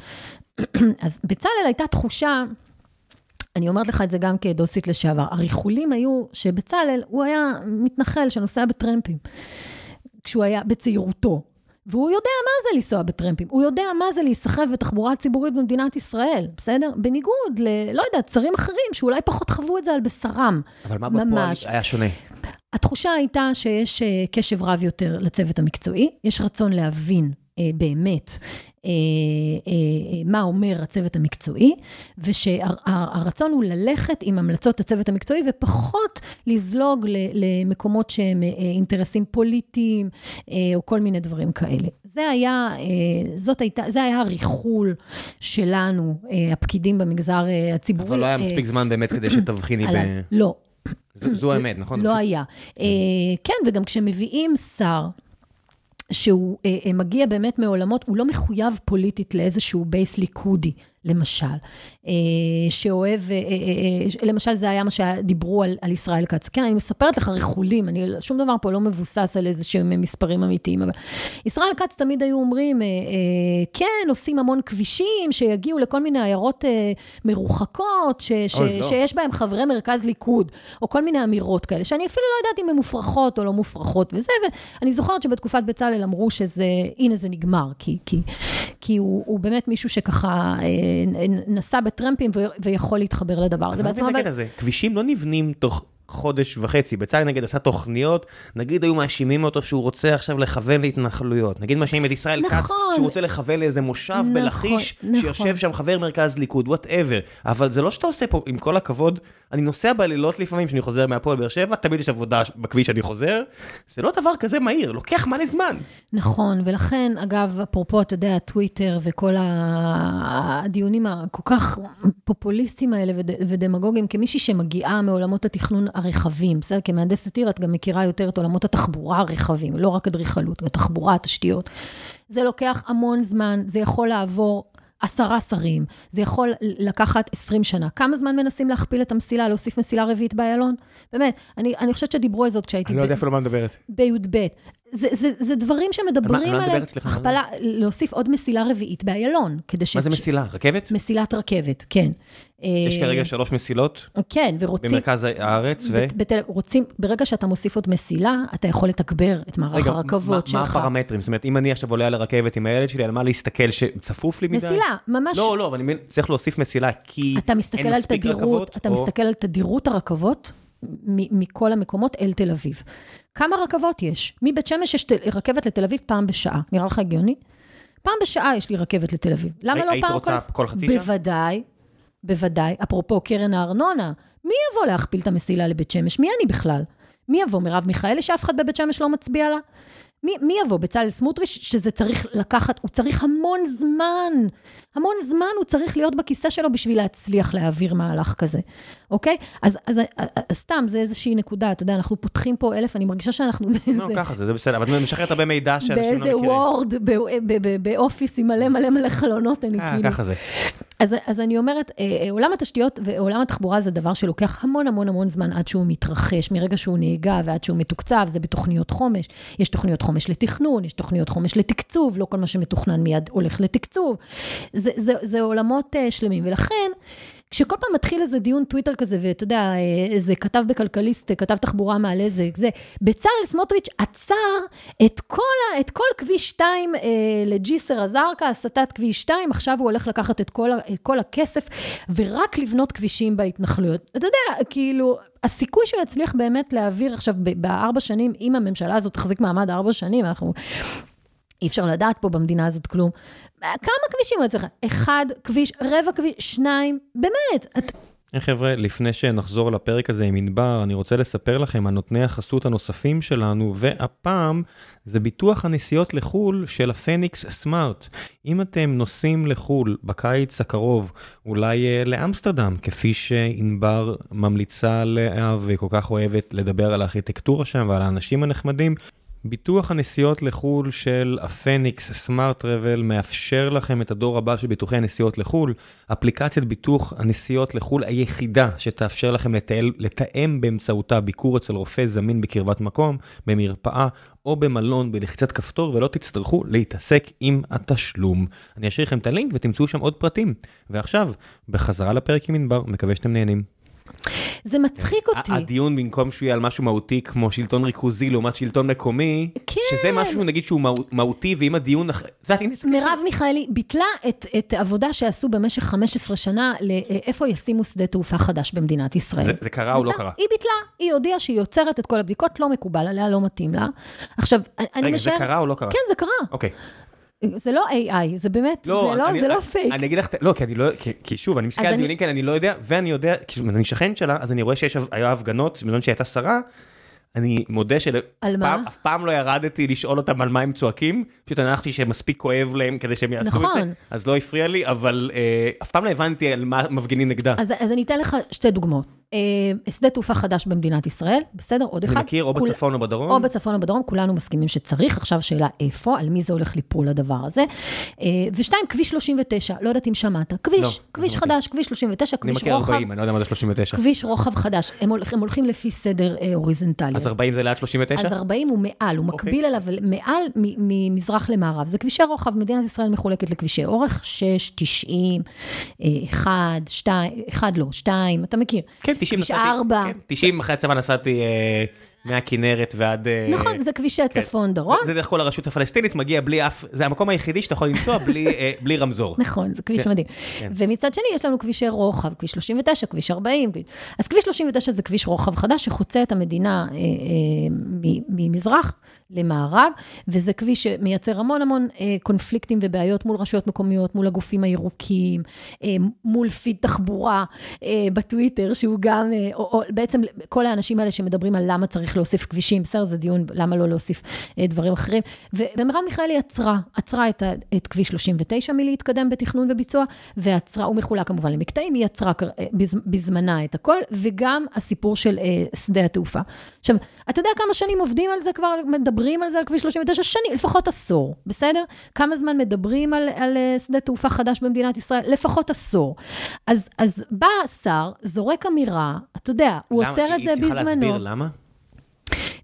אז בצלאל הייתה תחושה... אני אומרת לך את זה גם כדוסית לשעבר. הריחולים היו שבצלאל, הוא היה מתנחל שנוסע בטרמפים, כשהוא היה בצעירותו. והוא יודע מה זה לנסוע בטרמפים. הוא יודע מה זה להיסחב בתחבורה ציבורית במדינת ישראל. בסדר? בניגוד לא יודעת, שרים אחרים שאולי פחות חוו את זה על בשרם. אבל מה בפועל היה שונה? התחושה הייתה שיש קשב רב יותר לצוות המקצועי. יש רצון להבין באמת מה אומר הצוות המקצועי, ושהרצון הוא ללכת עם המלצות הצוות המקצועי, ופחות לזלוג למקומות שהם אינטרסים פוליטיים, או כל מיני דברים כאלה. זה היה הריחול שלנו, הפקידים במגזר הציבורי. אבל לא היה מספיק זמן באמת כדי שתבחיני לא. זו האמת, נכון? לא היה. כן, וגם כשמביאים שר, שהוא מגיע באמת מעולמות, הוא לא מחויב פוליטית לאיזשהו בייס ליכודי, למשל, שאוהב, למשל זה היה מה שדיברו על ישראל כץ. כן, אני מספרת לך ריחולים, שום דבר פה לא מבוסס על איזשהם מספרים אמיתיים, אבל ישראל כץ תמיד היו אומרים, כן, עושים המון כבישים, שיגיעו לכל מיני עיירות מרוחקות, שיש בהם חברי מרכז ליכוד, או כל מיני אמירות כאלה, שאני אפילו לא יודעת אם הן מופרכות או לא מופרכות, וזה, ואני זוכרת שבתקופת בצלאל אמרו שזה, הנה זה נגמר, כי הוא באמת מישהו שככה נסע בטרמפים ויכול להתחבר לדבר. אז אני מבין הזה, כבישים לא נבנים תוך חודש וחצי, בצלאל נגיד עשה תוכניות, נגיד היו מאשימים אותו שהוא רוצה עכשיו לכוון להתנחלויות, נגיד מאשימים את ישראל כץ שהוא רוצה לכוון לאיזה מושב בלחיש, שיושב שם חבר מרכז ליכוד, whatever, אבל זה לא שאתה עושה פה, עם כל הכבוד, אני נוסע בלילות לפעמים שאני חוזר מהפועל באר שבע, תמיד יש עבודה בכביש שאני חוזר, זה לא דבר כזה מהיר, לוקח מלא זמן. נכון, ולכן, אגב, אפרופו, אתה יודע, טוויטר וכל הדיונים הכל כך פופוליסטיים האלה ודמגוגיים, כמישהי שמגיעה מעולמות התכנון הרחבים, בסדר? כמהנדסת עיר, את גם מכירה יותר את עולמות התחבורה הרחבים, לא רק אדריכלות, התחבורה, התשתיות. זה לוקח המון זמן, זה יכול לעבור 10 שרים, זה יכול לקחת 20 שנה. כמה זמן מנסים להכפיל את המסילה, להוסיף מסילה רביעית באיילון? באמת, אני חושבת שדיברו על זאת כשהייתי... אני לא יודע אפילו מה מדברת. בי"ב. זה דברים שמדברים עליהם, הכפלה, להוסיף עוד מסילה רביעית באיילון, כדי מה זה מסילה? רכבת? מסילת רכבת, כן. יש כרגע 3 מסילות? כן, ורוצים... במרכז הארץ, רוצים, ברגע שאתה מוסיף עוד מסילה, אתה יכול לתגבר את מערך הרכבות שלך. מה הפרמטרים? זאת אומרת, אם אני עכשיו עולה על הרכבת עם הילד שלי, על מה להסתכל שצפוף לי מדי? מסילה, ממש... לא, אבל אני צריך להוסיף מסילה, כי אין מספיק רכבות? אתה מסתכל על תדירות הרכבות מכל המקומות אל תל אביב. כמה רכבות יש? מבית שמש יש רכבת לתל אביב פעם בשעה. נראה לך הגיוני? פעם בשעה יש לי רכבת לתל אביב. למה לא פעם? היית רוצה כל חצי שעה? בוודאי, בוודאי. אפרופו קרן הארנונה, מי יבוא להכפיל את המסילה לבית שמש? מי אני בכלל? מי יבוא? מרב מיכאלי שאף אחד בבית שמש לא מצביע לה? מי יבוא? בצלאל סמוטריץ' שזה צריך לקחת, הוא צריך המון זמן הוא צריך להיות בכיסא שלו בשביל להצליח להעביר מהלך כזה, אוקיי? אז סתם, זה איזושהי נקודה, אתה יודע, אנחנו פותחים פה 1000, אני מרגישה שאנחנו באיזה... לא, ככה זה בסדר, אבל את משחררת הרבה מידע שאנשים לא מכירים. באיזה וורד, באופיס עם מלא חלונות, אני כאילו... ככה זה. אז אני אומרת, עולם התשתיות ועולם התחבורה זה דבר שלוקח המון זמן עד שהוא מתרחש, מרגע שהוא נהיגה ועד שהוא מתוקצב, זה בתוכניות חומש, יש תוכניות חומש לתכנון, יש תוכניות חומש לתקצוב, לא כל מה שמתוכנן מיד הולך לתקצוב. זה עולמות שלמים, ולכן, כשכל פעם מתחיל איזה דיון טוויטר כזה, ואתה יודע, איזה כתב בכלכליסט, כתב תחבורה מעלה, זה, בצלאל סמוטריץ' עצר את כל כביש 2 לג'יסר א-זרקא, הסטת כביש 2, עכשיו הוא הולך לקחת את כל הכסף, ורק לבנות כבישים בהתנחלויות. אתה יודע, כאילו, הסיכוי שהוא יצליח באמת להעביר עכשיו, ב4 שנים, אם הממשלה הזאת תחזיק מעמד 4 שנים, אי אפשר לדעת פה במדינה הזאת כלום. כמה כבישים הוא אצלך? 1 כביש, רבע כביש, 2, באמת. חבר'ה, לפני שנחזור לפרק הזה עם ענבר, אני רוצה לספר לכם על נותני החסות הנוספים שלנו, והפעם זה ביטוח הנסיעות לחול של הפניקס סמארט. אם אתם נוסעים לחול בקיץ הקרוב, אולי לאמסטרדם, כפי שענבר ממליצה עליה וכל כך אוהבת לדבר על הארכיטקטורה שם ועל האנשים הנחמדים, ביטוח הנסיעות לחול של הפניקס סמארט טראבל מאפשר לכם את הדור הבא של ביטוחי הנסיעות לחול, אפליקציית ביטוח הנסיעות לחול היחידה שתאפשר לכם לתאם באמצעותה ביקור אצל רופא זמין בקרבת מקום, במרפאה או במלון בלחיצת כפתור, ולא תצטרכו להתעסק עם התשלום. אני אשאיר לכם את הלינק ותמצאו שם עוד פרטים. ועכשיו, בחזרה לפרק עם ענבר, מקווה שאתם נהנים. זה מצחיק אותי. הדיון במקום שהוא יהיה על משהו מהותי כמו שלטון ריכוזי לעומת שלטון מקומי, שזה משהו נגיד שהוא מהותי, ואם הדיון... מרב מיכאלי ביטלה את העבודה שעשו במשך 15 שנה לאיפה ישימו שדה תעופה חדש במדינת ישראל. זה קרה או לא קרה? היא ביטלה, היא הודיעה שהיא יוצרת את כל הבדיקות, לא מקובל עליה, לא מתאים לה. עכשיו, רגע, זה קרה או לא קרה? כן, זה קרה. אוקיי. זה לא AI, זה באמת, זה לא פייק. אני אגיד לך, לא, כי שוב, אני מסתכל על דיונים כאלה, אני לא יודע, ואני יודע, כשאני שכן שלה, אז אני רואה שהיו הפגנות, בזמן שהייתה שרה, אני מודה שאף פעם לא ירדתי לשאול אותם על מה הם צועקים, פשוט הנחתי שמספיק כואב להם כדי שהם יעשו את זה, אז לא הפריע לי, אבל אף פעם לא הבנתי על מה מפגינים נגדה. אז אני אתן לך 2 דוגמאות. שדה תעופה חדש במדינת ישראל, בסדר? עוד אחד. אני מכיר, או בצפון או בדרום. או בצפון או בדרום, כולנו מסכימים שצריך, עכשיו שאלה איפה, על מי זה הולך ליפול לדבר הזה. ו2, כביש 39, לא יודעת אם שמעת. כביש חדש, כביש 39, כביש רוחב. אני מכיר 40, אני לא יודע מה זה 39. כביש רוחב חדש, הם הולכים לפי סדר אוריזנטלי. אז 40 זה ליד 39? אז 40 הוא מעל, הוא מקביל אליו, מעל ממזרח למערב. זה כבישי רוחב, מדינת ישראל מחולקת לכבישי אורך, 6, 90, 1, 2, אתה מכיר? כן, 90 אחרי הצבא נסעתי מהכינרת ועד... נכון, זה כבישי צפון דרום. זה דרך כל הרשות הפלסטינית, מגיע בלי אף... זה המקום היחידי שאתה יכול לנסוע בלי רמזור. נכון, זה כביש מדהים. ומצד שני יש לנו כבישי רוחב, כביש 39, כביש 40. אז כביש 39 זה כביש רוחב חדש שחוצה את המדינה ממזרח למערב, וזה כביש שמייצר המון קונפליקטים ובעיות מול רשויות מקומיות, מול הגופים הירוקים, מול פיד תחבורה בטוויטר, שהוא גם, או בעצם כל האנשים האלה שמדברים על למה צריך להוסיף כבישים, בסדר, זה דיון, למה לא להוסיף דברים אחרים, ומרב מיכאלי עצרה את כביש 39 מלהתקדם בתכנון וביצוע, ועצרה, הוא מחולק כמובן למקטעים, היא עצרה בזמנה את הכל, וגם הסיפור של שדה התעופה. עכשיו, אתה יודע כמה שנים עובדים על זה כבר, מדברים על זה על כביש 39 שנים, לפחות עשור, בסדר? כמה זמן מדברים על שדה תעופה חדש במדינת ישראל? לפחות עשור. אז בא השר, זורק אמירה, אתה יודע, הוא עוצר את זה בזמנו. היא צריכה להסביר למה?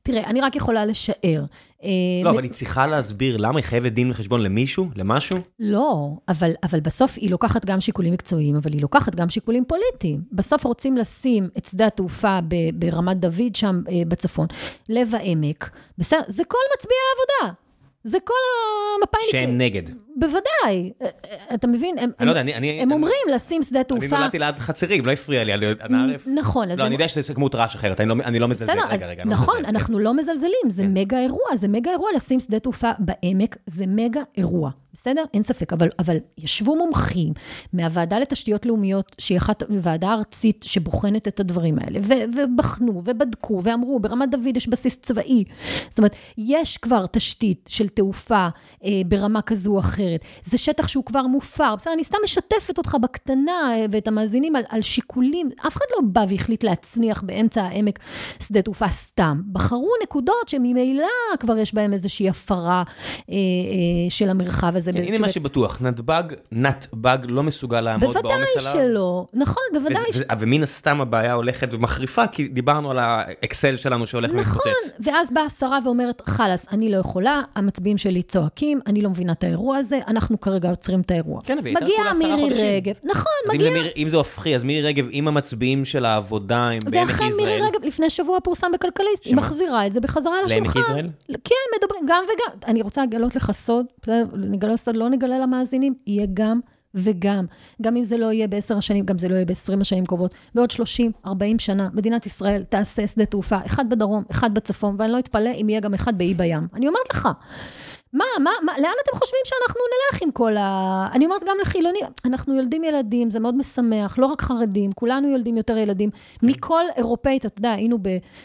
תראה, אני רק יכולה לשער. לא, אבל היא צריכה להסביר למה היא חייבת דין וחשבון למישהו, למשהו? לא, אבל בסוף היא לוקחת גם שיקולים מקצועיים, אבל היא לוקחת גם שיקולים פוליטיים. בסוף רוצים לשים את שדה התעופה ברמת דוד שם בצפון, לב העמק. בסדר, זה כל מצביעי העבודה. זה כל המפאיניק. שהם נגד. בוודאי. אתה מבין? הם אומרים לשים שדה תעופה. אני נולדתי ליד חצרים, לא הפריע לי, הנערף. נכון. לא, אני יודע שזה כמות רעש אחרת, אני לא מזלזל. רגע. נכון, אנחנו לא מזלזלים, זה מגה אירוע, זה מגה אירוע לשים שדה תעופה בעמק, זה מגה אירוע. בסדר? אין ספק, אבל ישבו מומחים מהוועדה לתשתיות לאומיות, שהיא אחת ועדה ארצית שבוחנת את הדברים האלה, ובחנו ובדקו ואמרו, ברמת דוד יש בסיס צבאי. זאת אומרת, יש כבר תשתית של תעופה ברמה כזו או אחרת. זה שטח שהוא כבר מופר. בסדר, אני סתם משתפת אותך בקטנה ואת המאזינים על שיקולים. אף אחד לא בא והחליט להצניח באמצע העמק שדה תעופה סתם. בחרו נקודות שממילא כבר יש בהם איזושהי הפרה של המרחב הזה. הנה מה שבטוח, נתב"ג לא מסוגל לעמוד בעומס עליו. בוודאי שלא, נכון, בוודאי. ומן הסתם הבעיה הולכת ומחריפה, כי דיברנו על האקסל שלנו שהולך להתפוצץ. נכון, ואז באה השרה ואומרת, חלס, אני לא יכולה, המצביעים שלי צועקים, אני לא מבינה את האירוע הזה, אנחנו כרגע עוצרים את האירוע. מגיעה מירי רגב, נכון, מגיעה. אם זה הופכי, אז מירי רגב עם המצביעים של העבודה, עם בעמק ישראל. ואכן מירי רגב, לפני שבוע פורסם בכלכליסט, היא מחזירה את זה בחזרה לשולחן. לעמק ישראל? כן, מדברים, גם וגם. אני רוצה לגלות לך סוד, לא נגלה למאזינים, יהיה גם וגם. גם אם זה לא יהיה ב10 השנים, גם זה לא יהיה ב20 השנים קרובות. בעוד 30, 40 שנה, מדינת ישראל תעשה שדה תעופה, אחד בדרום, אחד בצפון, ואני לא אתפלא אם יהיה גם אחד באי בים. אני אומרת לך, לאן אתם חושבים שאנחנו נלך עם כל אני אומרת גם לחילוני, אנחנו יולדים ילדים, זה מאוד משמח, לא רק חרדים, כולנו יולדים יותר ילדים. מכל אירופאית, אתה יודע, היינו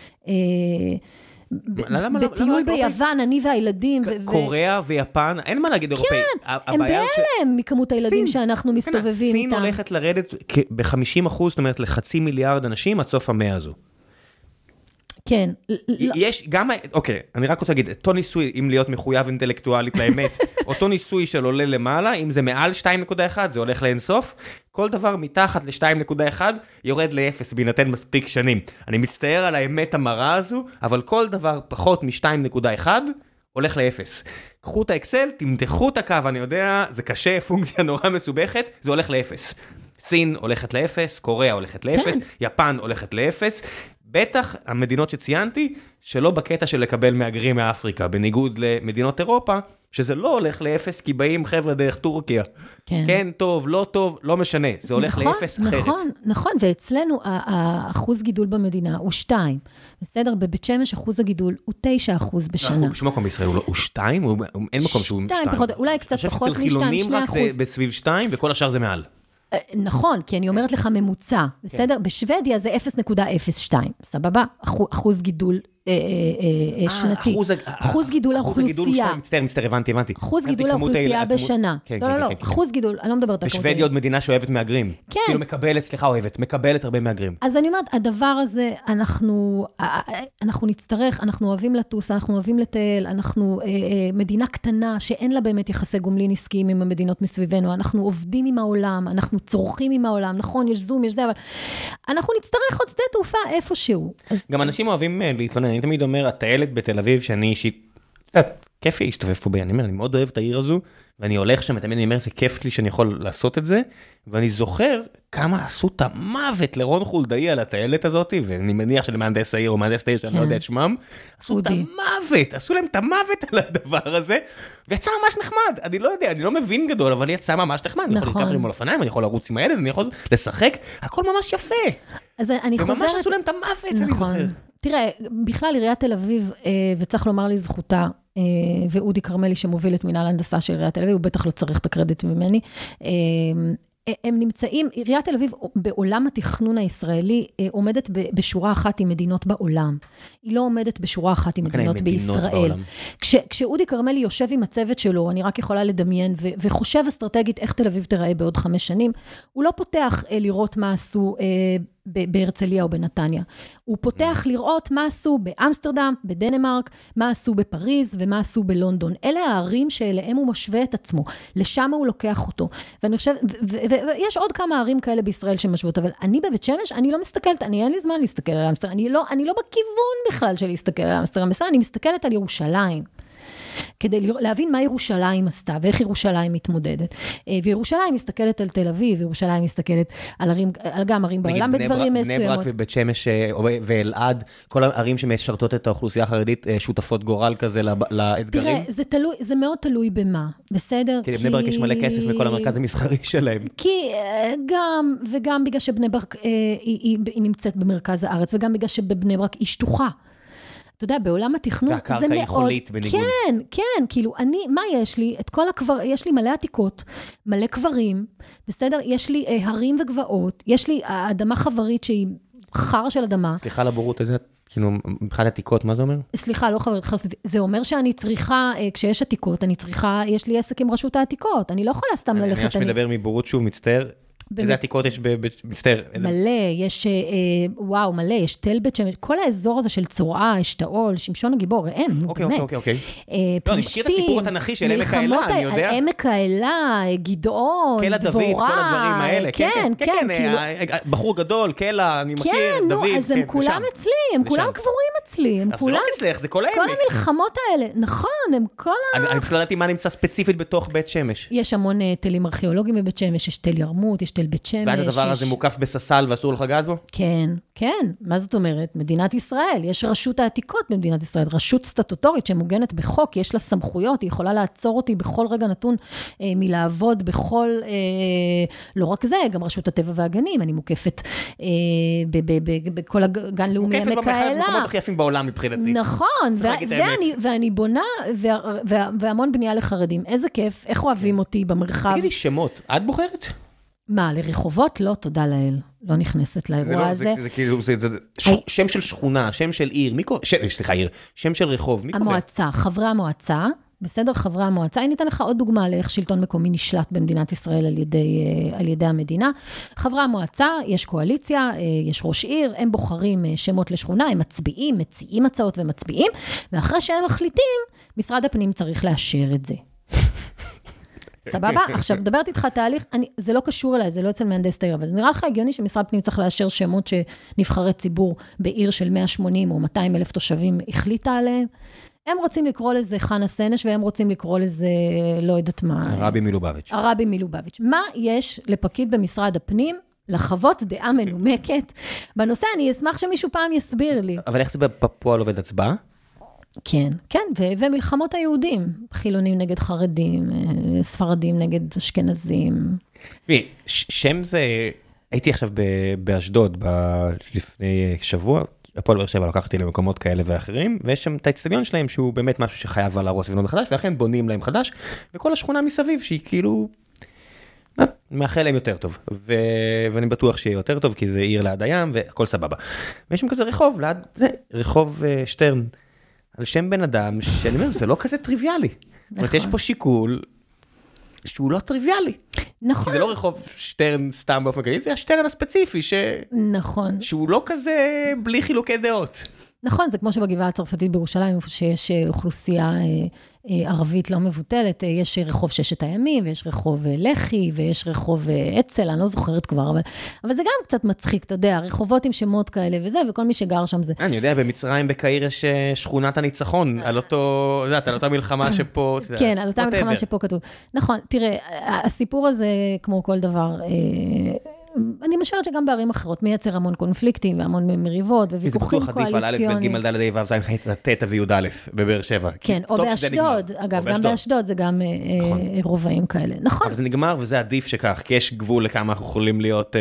בטיול ביוון, אני והילדים. קוריאה ויפן, אין מה להגיד אירופאי. כן, הם בהלם מכמות הילדים שאנחנו מסתובבים איתם. סין הולכת לרדת ב-50%, זאת אומרת ל500 מיליארד אנשים עד סוף המאה הזו. כן. יש גם, אוקיי, אני רק רוצה להגיד, אותו ניסוי, אם להיות מחויב אינטלקטואלית לאמת, אותו ניסוי של עולה למעלה, אם זה מעל 2.1, זה הולך לאינסוף, כל דבר מתחת ל-2.1 יורד ל-0, בהינתן מספיק שנים. אני מצטער על האמת המרה הזו, אבל כל דבר פחות מ-2.1 הולך ל-0. קחו את האקסל, תמתחו את הקו, אני יודע, זה קשה, פונקציה נורא מסובכת, זה הולך ל-0. סין הולכת ל-0, קוריאה הולכת ל-0, יפן הולכת ל-0, בטח המדינות שציינתי, שלא בקטע של לקבל מהגרים מאפריקה, בניגוד למדינות אירופה, שזה לא הולך לאפס, כי באים חבר'ה דרך טורקיה. כן, טוב, לא טוב, לא משנה, זה הולך לאפס אחרת. נכון, ואצלנו האחוז גידול במדינה הוא 2. בסדר, בבית שמש אחוז הגידול הוא 9% בשנה. בשום מקום בישראל הוא 2? אין מקום שהוא 2. אולי קצת פחות מ-2, 2%. אני חושב שאצל חילונים רק זה בסביב 2, וכל השאר זה מעל. נכון, כי אני אומרת לך ממוצע, בסדר? בשוודיה זה 0.02, סבבה? אחוז גידול שנתי. אחוז גידול האוכלוסייה. מצטער, הבנתי. אחוז גידול האוכלוסייה בשנה. לא, אחוז גידול, אני לא מדברת על כמות. בשוודיה עוד מדינה שאוהבת מהגרים. כן. כאילו מקבלת הרבה מהגרים. אז אני אומרת, הדבר הזה, אנחנו נצטרך, אנחנו אוהבים לטוס, אנחנו אוהבים לטייל, אנחנו מדינה קטנה שאין לה באמת יחסי גומלין עסקיים עם המדינות מסביבנו, אנחנו עובדים עם העולם, אנחנו צורכים עם העולם, נכון, יש זום, יש זה, אבל אנחנו נצטרך עוד שדה תעופה איפשהו. גם אנשים אוהבים להתלונן, אני תמיד אומר, הטיילת בתל אביב, שאני אישית, כיף לי להשתובב פה בי, אני מאוד אוהב את העיר הזו, ואני הולך שם, ותמיד אני אומר, זה כיף לי שאני יכול לעשות את זה, ואני זוכר כמה עשו את המוות לרון חולדאי על הטיילת הזאת, ואני מניח שלמהנדס העיר או מהנדס העיר שאני לא יודע את שמם, עשו את המוות, עשו להם את המוות על הדבר הזה, ויצא ממש נחמד, אני לא יודע, אני לא מבין גדול, אבל יצא ממש נחמד, אני יכול לקרב לי מול אופניים, אני יכול לרוץ עם הילד, אני יכול לשחק, הכל ממש יפה. וממש עשו להם את המוות, אני זוכר. תראה, בכלל עיריית תל אביב, וצריך לומר לי זכותה, ואודי קרמלי שמוביל את מנהל ההנדסה של עיריית תל אביב, הוא בטח לא צריך את הקרדיט ממני, הם נמצאים, עיריית תל אביב בעולם התכנון הישראלי עומדת בשורה אחת עם מדינות בעולם. היא לא עומדת בשורה אחת עם מדינות בישראל. כשאודי קרמלי יושב עם הצוות שלו, אני רק יכולה לדמיין, וחושב אסטרטגית איך תל אביב תראה בעוד 5 שנים, הוא לא פותח לראות מה עשו בהרצליה או בנתניה. הוא פותח לראות מה עשו באמסטרדם, בדנמרק, מה עשו בפריז ומה עשו בלונדון. אלה הערים שאליהם הוא משווה את עצמו. לשם הוא לוקח אותו. ואני חושב, ויש עוד כמה ערים כאלה בישראל שמשוות, אבל אני בבית שמש, אני לא מסתכלת, אין לי זמן להסתכל על אמסטרדם. אני לא בכיוון בכלל של להסתכל על אמסטרדם. אני מסתכלת על ירושלים. כדי להבין מה ירושלים עשתה, ואיך ירושלים מתמודדת. וירושלים מסתכלת על תל אביב, וירושלים מסתכלת על גם ערים בעולם בדברים מסוימות. בני ברק ובית שמש ואלעד, כל הערים שמשרתות את האוכלוסייה החרדית, שותפות גורל כזה לאתגרים? תראה, זה מאוד תלוי במה, בסדר? כי לבני ברק יש מלא כסף מכל המרכז המסחרי שלהם. כי וגם בגלל שבני ברק היא נמצאת במרכז הארץ, וגם בגלל שבבני ברק היא שטוחה. אתה יודע, בעולם התכנון, זה מאוד... והקרקע היא חולית בניגוד. כן, כאילו, מה יש לי? יש לי מלא עתיקות, מלא קברים, בסדר? יש לי הרים וגבעות, יש לי אדמה חברית שהיא חר של אדמה. סליחה על הבורות הזה, כאילו, מבחינת עתיקות, מה זה אומר? סליחה, לא חברית חסית. זה אומר שאני צריכה, כשיש עתיקות, יש לי עסק עם רשות העתיקות, אני לא יכולה סתם ללכת. אני ממש מדבר מבורות שוב, מצטער. איזה עתיקות יש במצטער? מלא, מלא, יש תל בית שמש, כל האזור הזה של צורעה, אשתאול, שמשון הגיבור, אוקיי. לא, אני מכיר את הסיפור התנכי של עמק האלה, אני יודע. עמק האלה, גדעון, דבורה. קלע דוד, כל הדברים האלה. כן, בחור גדול, קלע, אני מכיר, דוד. אז הם כולם אצלי, הם כולם קבורים אצלי. אז זה לא אצלך, זה כל העמק. כל המלחמות האלה, נכון, הם כל אני פשוט לא ידעתי מה נמצא ספציפית בתוך בית שמש. יש המון תלים ארכיאולוגיים בבית שמש, יש תל ירמות, יש תל בית שמש. ואז הדבר הזה מוקף בססל ואסור לך לגעת בו? כן. מה זאת אומרת? מדינת ישראל, יש רשות העתיקות במדינת ישראל, רשות סטטוטורית שמוגנת בחוק, יש לה סמכויות, היא יכולה לעצור אותי בכל רגע נתון מלעבוד בכל, לא רק זה, גם רשות הטבע והגנים, אני מוקפת בכל הגן לאומי עמק האלה. מוקפת במקומות הכי יפים בעולם מבחינתי. נכון, ואני בונה, והמון בנייה לחרדים. איזה כיף, איך אוהבים אותי במרחב. תגידי שמות, את בוחרת? מה, לרחובות? לא, תודה לאל. לא נכנסת לאירוע הזה. זה כאילו, זה שם של שכונה, שם של עיר, סליחה, עיר, שם של רחוב, מי קובע? המועצה, חברי המועצה, בסדר, חברי המועצה, אני אתן לך עוד דוגמה לאיך שלטון מקומי נשלט במדינת ישראל על ידי המדינה. חברי המועצה, יש קואליציה, יש ראש עיר, הם בוחרים שמות לשכונה, הם מצביעים, מציעים הצעות ומצביעים, ואחרי שהם מחליטים, משרד הפנים צריך לאשר את זה. סבבה? עכשיו, מדברת איתך תהליך, זה לא קשור אליי, זה לא אצל מהנדס העיר, אבל זה נראה לך הגיוני שמשרד פנים צריך לאשר שמות שנבחרי ציבור בעיר של 180 או 200 אלף תושבים החליטה עליהם. הם רוצים לקרוא לזה חנה סנש, והם רוצים לקרוא לזה, לא יודעת מה. הרבי מלובביץ'. הרבי מלובביץ'. מה יש לפקיד במשרד הפנים לחוות דעה מנומקת? בנושא אני אשמח שמישהו פעם יסביר לי. אבל איך זה בפועל עובד הצבעה? כן, ומלחמות היהודים, חילונים נגד חרדים, ספרדים נגד אשכנזים. שם זה, הייתי עכשיו באשדוד לפני שבוע, הפועל באר שבע לקחתי למקומות כאלה ואחרים, ויש שם את האצטדיון שלהם שהוא באמת משהו שחייב להרוס ולבנות מחדש, ולכן בונים להם חדש, וכל השכונה מסביב שהיא כאילו, מאחל להם יותר טוב, ואני בטוח שיהיה יותר טוב, כי זה עיר ליד הים והכל סבבה. ויש שם כזה רחוב, רחוב שטרן, על שם בן אדם, שאני אומר, זה לא כזה טריוויאלי. זאת אומרת, יש פה שיקול שהוא לא טריוויאלי. נכון. כי זה לא רחוב שטרן סתם באופן כללי, זה השטרן הספציפי, נכון. שהוא לא כזה בלי חילוקי דעות. נכון, זה כמו שבגבעה הצרפתית בירושלים, שיש אוכלוסייה ערבית לא מבוטלת, יש רחוב ששת הימים, ויש רחוב לחי, ויש רחוב אצל, אני לא זוכרת כבר, אבל זה גם קצת מצחיק, אתה יודע, רחובות עם שמות כאלה וזה, וכל מי שגר שם זה. אני יודע, במצרים בקהיר יש שכונת הניצחון, על אותה מלחמה שפה, כן, על אותה מלחמה שפה כתוב. נכון, תראה, הסיפור הזה, כמו כל דבר, אני משערת שגם בערים אחרות מייצר המון קונפליקטים והמון מריבות וויכוחים קואליציוניים. כי זה בטוח עדיף על א', ג', ד', ו', ז', ח', ט' וי' א' בבאר שבע. כן, או באשדוד, אגב, גם באשדוד זה גם רובעים כאלה. נכון. אבל זה נגמר וזה עדיף שכך, כי יש גבול לכמה אנחנו יכולים להיות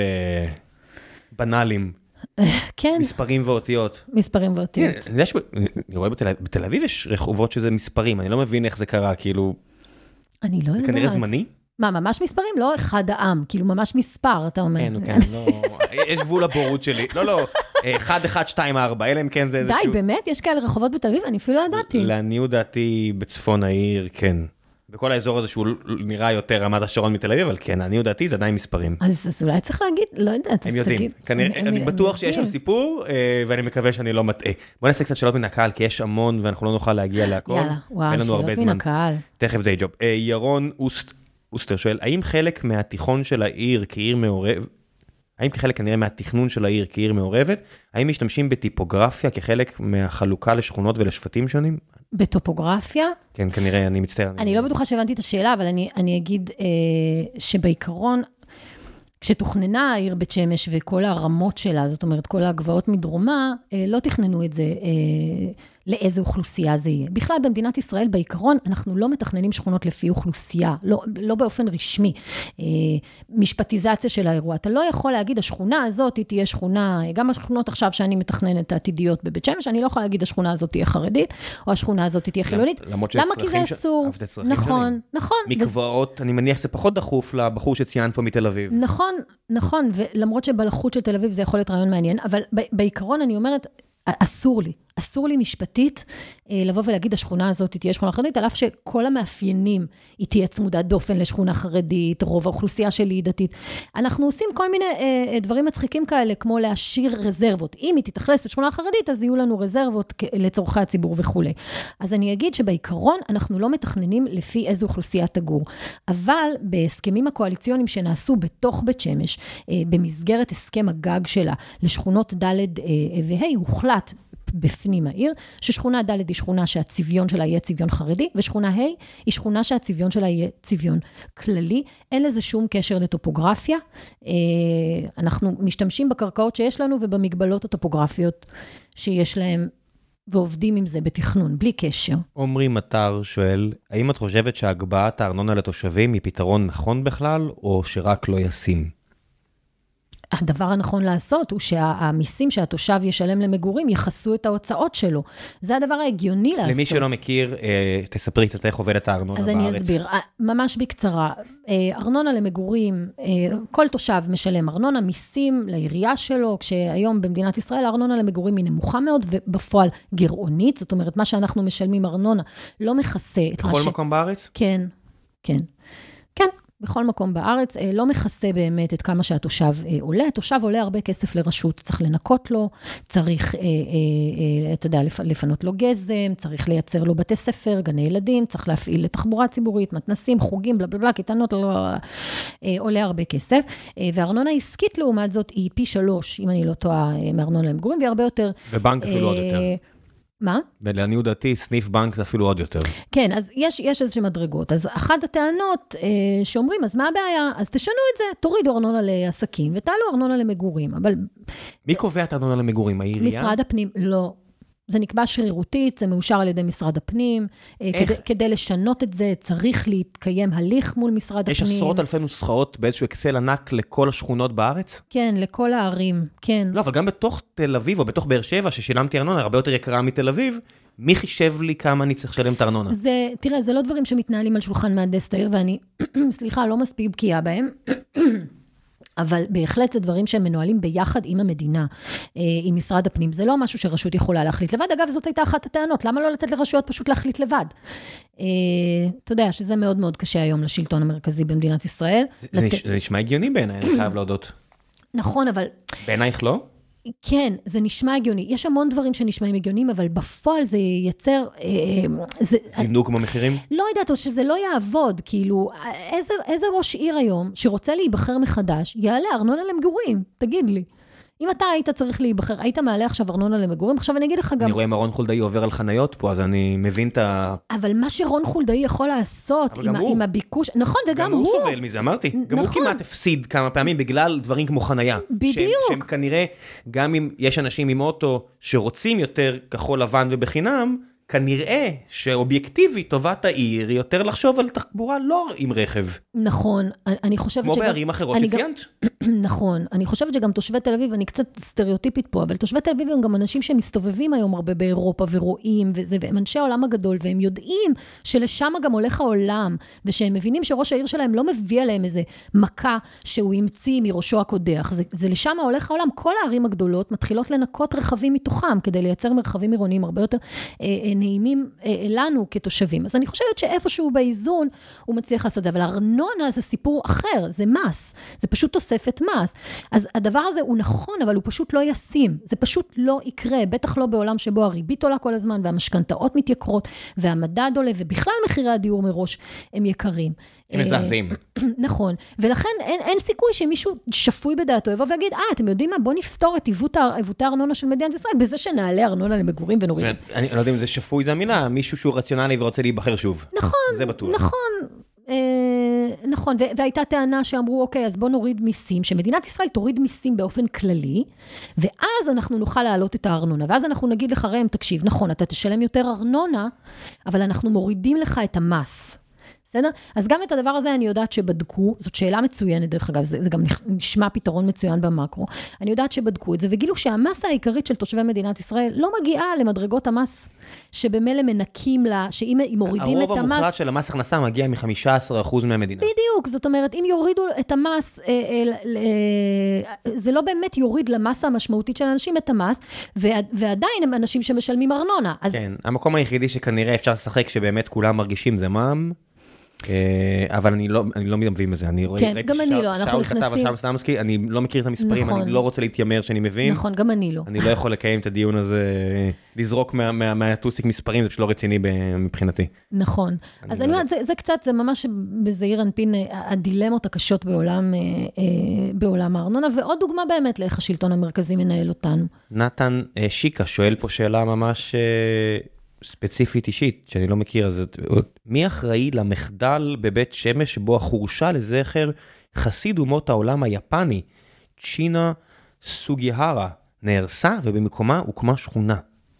בנאליים. כן. מספרים ואותיות. מספרים ואותיות. אני רואה בתל אביב יש רחובות שזה מספרים, אני לא מבין איך זה קרה, כאילו... אני לא יודעת. זה כנראה זמני? מה, ממש מספרים? לא אחד העם, כאילו ממש מספר, אתה אומר. כן, לא, יש גבול לבורות שלי. לא, 1, 1, 2, 4, אלא אם כן זה איזשהו... די, באמת? יש כאלה רחובות בתל אביב? אני אפילו לא ידעתי. לעניות דעתי בצפון העיר, כן. בכל האזור הזה שהוא נראה יותר רמת השרון מתל אביב, אבל כן, אני יודעתי, זה עדיין מספרים. אז אולי צריך להגיד, לא יודעת, הם יודעים. אני בטוח שיש שם סיפור, ואני מקווה שאני לא מטעה. בוא נעשה קצת שאלות מן הקהל, כי יש המון, ואנחנו לא נוכל להגיע להכל. יאללה, וואו, שאלות מן הקהל. תכף די ג'וב. ירון אוסטר שואל, האם חלק מהתיכון של העיר כעיר מעורבת, האם כחלק כנראה מהתכנון של העיר כעיר מעורבת, האם משתמשים בטיפוגרפיה כחלק מהחלוקה לשכונות ולשבטים שונים? בטופוגרפיה? כן, כנראה, אני מצטער. אני לא בטוחה שהבנתי את השאלה, אבל אני אגיד שבעיקרון, כשתוכננה העיר בית שמש וכל הרמות שלה, זאת אומרת, כל הגבעות מדרומה, לא תכננו את זה לאיזה אוכלוסייה זה יהיה. בכלל, במדינת ישראל, בעיקרון, אנחנו לא מתכננים שכונות לפי אוכלוסייה, לא באופן רשמי. משפטיזציה של האירוע. אתה לא יכול להגיד, השכונה הזאת תהיה שכונה, גם השכונות עכשיו שאני מתכננת העתידיות בבית שמש, אני לא יכולה להגיד, השכונה הזאת תהיה חרדית, או השכונה הזאת תהיה חילונית. למה? כי זה אסור. נכון, נכון. מקוואות, אני מניח שזה פחות דחוף לבחור שציינת פה מתל אביב. נכון, ולמרות שבלחות של תל אביב זה יכול להיות רעיון מעניין, אבל בעיקרון אני אומרת, אסור לי משפטית לבוא ולהגיד, השכונה הזאת תהיה שכונה חרדית, על אף שכל המאפיינים היא תהיה צמודת דופן לשכונה חרדית, רוב האוכלוסייה שלי היא דתית. אנחנו עושים כל מיני דברים מצחיקים כאלה, כמו להשאיר רזרבות. אם היא תתאכלס בשכונה חרדית, אז יהיו לנו רזרבות לצורכי הציבור וכו'. אז אני אגיד שבעיקרון אנחנו לא מתכננים לפי איזו אוכלוסייה תגור. אבל בהסכמים הקואליציוניים שנעשו בתוך בית שמש, במסגרת הסכם הגג שלה לשכונות ד' וה', הוחלט בפנים העיר, ששכונה ד' היא שכונה שהצביון שלה יהיה צביון חרדי, ושכונה ה' היא שכונה שהצביון שלה יהיה צביון כללי. אין לזה שום קשר לטופוגרפיה. אנחנו משתמשים בקרקעות שיש לנו ובמגבלות הטופוגרפיות שיש להם, ועובדים עם זה בתכנון, בלי קשר. עומרי מטר שואל, האם את חושבת שהגבהת הארנונה לתושבים היא פתרון נכון בכלל, או שרק לא ישים? הדבר הנכון לעשות הוא שהמיסים שהתושב ישלם למגורים יחסו את ההוצאות שלו. זה הדבר ההגיוני לעשות. למי שלא מכיר, תספרי קצת איך עובדת הארנונה בארץ. אז אני אסביר, ממש בקצרה. ארנונה למגורים, כל תושב משלם ארנונה, מיסים לעירייה שלו, כשהיום במדינת ישראל הארנונה למגורים היא נמוכה מאוד, ובפועל גרעונית, זאת אומרת, מה שאנחנו משלמים ארנונה לא מכסה את מה ש... בכל מקום בארץ? כן, כן. כן. בכל מקום בארץ, לא מכסה באמת את כמה שהתושב עולה. התושב עולה הרבה כסף לרשות, צריך לנקות לו, צריך, אתה יודע, לפנות לו גזם, צריך לייצר לו בתי ספר, גני ילדים, צריך להפעיל לתחבורה ציבורית, מתנסים, חוגים, בלה בלה בלה, קטנות, עולה הרבה כסף. וארנונה עסקית לעומת זאת היא פי 3, אם אני לא טועה, מארנונה למגורים, והיא הרבה יותר... בבנק אפילו עוד יותר. מה? ולעניות דעתי, סניף בנק זה אפילו עוד יותר. כן, אז יש איזושהי מדרגות. אז אחת הטענות שאומרים, אז מה הבעיה? אז תשנו את זה, תורידו ארנונה לעסקים, ותעלו ארנונה למגורים. אבל... מי קובע את ארנונה למגורים? העירייה? משרד הפנים, לא. זה נקבע שרירותית, זה מאושר על ידי משרד הפנים. כדי לשנות את זה, צריך להתקיים הליך מול משרד הפנים. יש עשרות אלפי נוסחאות באיזשהו אקסל ענק לכל השכונות בארץ? כן, לכל הערים, כן. לא, אבל גם בתוך תל אביב או בתוך באר שבע, ששילמתי ארנונה, הרבה יותר יקרה מתל אביב, מי חישב לי כמה אני צריך לשלם את הארנונה? תראה, זה לא דברים שמתנהלים על שולחן מהנדס העיר, ואני, סליחה, לא מספיק בקיאה בהם. אבל בהחלט זה דברים שהם מנוהלים ביחד עם המדינה, עם משרד הפנים. זה לא משהו שרשות יכולה להחליט לבד. אגב, זאת הייתה אחת הטענות. למה לא לתת לרשויות פשוט להחליט לבד? אתה יודע שזה מאוד מאוד קשה היום לשלטון המרכזי במדינת ישראל. זה נשמע הגיוני בעיניי, אני חייב להודות. נכון, אבל... בעינייך לא? כן, זה נשמע הגיוני. יש המון דברים שנשמעים הגיוניים, אבל בפועל זה ייצר... זינוק במחירים? לא יודעת, או שזה לא יעבוד, כאילו, איזה ראש עיר היום שרוצה להיבחר מחדש, יעלה ארנונה למגורים, תגיד לי. אם אתה היית צריך להיבחר, היית מעלה עכשיו ארנונה למגורים, עכשיו אני אגיד לך גם... אני רואה מרון חולדאי עובר על חניות פה, אז אני מבין את ה... אבל מה שרון חולדאי יכול לעשות עם הביקוש... נכון, וגם הוא... גם הוא סובל מזה, אמרתי. גם הוא כמעט הפסיד כמה פעמים בגלל דברים כמו חנייה. בדיוק. שהם כנראה, גם אם יש אנשים עם אוטו שרוצים יותר כחול לבן ובחינם, כנראה שאובייקטיבית טובת העיר היא יותר לחשוב על תחבורה לא עם רכב. נכון, אני חושבת כמו בערים אחרות שציינת. נכון, אני חושבת שגם תושבי תל אביב, אני קצת סטריאוטיפית פה, אבל תושבי תל אביב הם גם אנשים שמסתובבים היום הרבה באירופה ורואים, והם אנשי העולם הגדול, והם יודעים שלשם גם הולך העולם, ושהם מבינים שראש העיר שלהם לא מביא עליהם איזה מכה שהוא ימציא מראשו הקודח. זה לשם הולך העולם. כל הערים הגדולות מתחילות לנקות רכבים מתוכם, כדי לייצר מרחבים עירוניים הרבה יותר נעימים לנו כתושבים. אז אני חושבת שאיפשהו באיזון הוא מצליח לעשות את זה, אבל הארנונה זה סיפור אחר, זה מס, זה פשוט תוספת מס. אז הדבר הזה הוא נכון, אבל הוא פשוט לא ישים, זה פשוט לא יקרה, בטח לא בעולם שבו הריבית עולה כל הזמן, והמשכנתאות מתייקרות, והמדד עולה, ובכלל מחירי הדיור מראש הם יקרים. הם מזעזעים. נכון, ולכן אין סיכוי שמישהו שפוי בדעתו, יבוא ויגיד, אתם יודעים מה, בוא נפתור את עיוות הארנונה של מדינת ישראל, בזה שנעלה ארנונה למגורים ונוריד. אני לא יודע אם זה שפוי, זה המילה, מישהו שהוא רציונלי ורוצה להיבחר שוב. נכון, זה בטוח. נכון, והייתה טענה שאמרו, אוקיי, אז בוא נוריד מיסים, שמדינת ישראל תוריד מיסים באופן כללי, ואז אנחנו נוכל להעלות את הארנונה, ואז אנחנו נגיד לך, ראם, תקשיב, נכון, אתה תשלם יותר ארנונה, אבל אנחנו מורידים לך את המס. בסדר? אז גם את הדבר הזה אני יודעת שבדקו, זאת שאלה מצוינת דרך אגב, זה גם נשמע פתרון מצוין במקרו, אני יודעת שבדקו את זה, וגילו שהמסה העיקרית של תושבי מדינת ישראל לא מגיעה למדרגות המס, שבמילא מנקים לה, שאם מורידים את המס... הרוב המוחלט של המס הכנסה מגיע מ-15% מהמדינה. בדיוק, זאת אומרת, אם יורידו את המס, זה לא באמת יוריד למסה המשמעותית של אנשים את המס, ועדיין הם אנשים שמשלמים ארנונה. כן, המקום היחידי שכנראה אפשר לשחק, שבאמת כולם מרגישים, זה מע"מ, אבל אני לא מתמבין בזה, אני רואה, כן, גם אני לא, אנחנו נכנסים... אני לא מכיר את המספרים, אני לא רוצה להתיימר שאני מבין. נכון, גם אני לא. אני לא יכול לקיים את הדיון הזה, לזרוק מהטוסיק מספרים, זה פשוט לא רציני מבחינתי. נכון. אז אני אומרת, זה קצת, זה ממש בזעיר אנפין, הדילמות הקשות בעולם הארנונה, ועוד דוגמה באמת לאיך השלטון המרכזי מנהל אותנו. נתן שיקה שואל פה שאלה ממש... ספציפית אישית, שאני לא מכיר, אז מי אחראי למחדל בבית שמש, שבו החורשה לזכר חסיד אומות העולם היפני, צ'ינה סוגיהרה, נהרסה, ובמקומה הוקמה שכונה.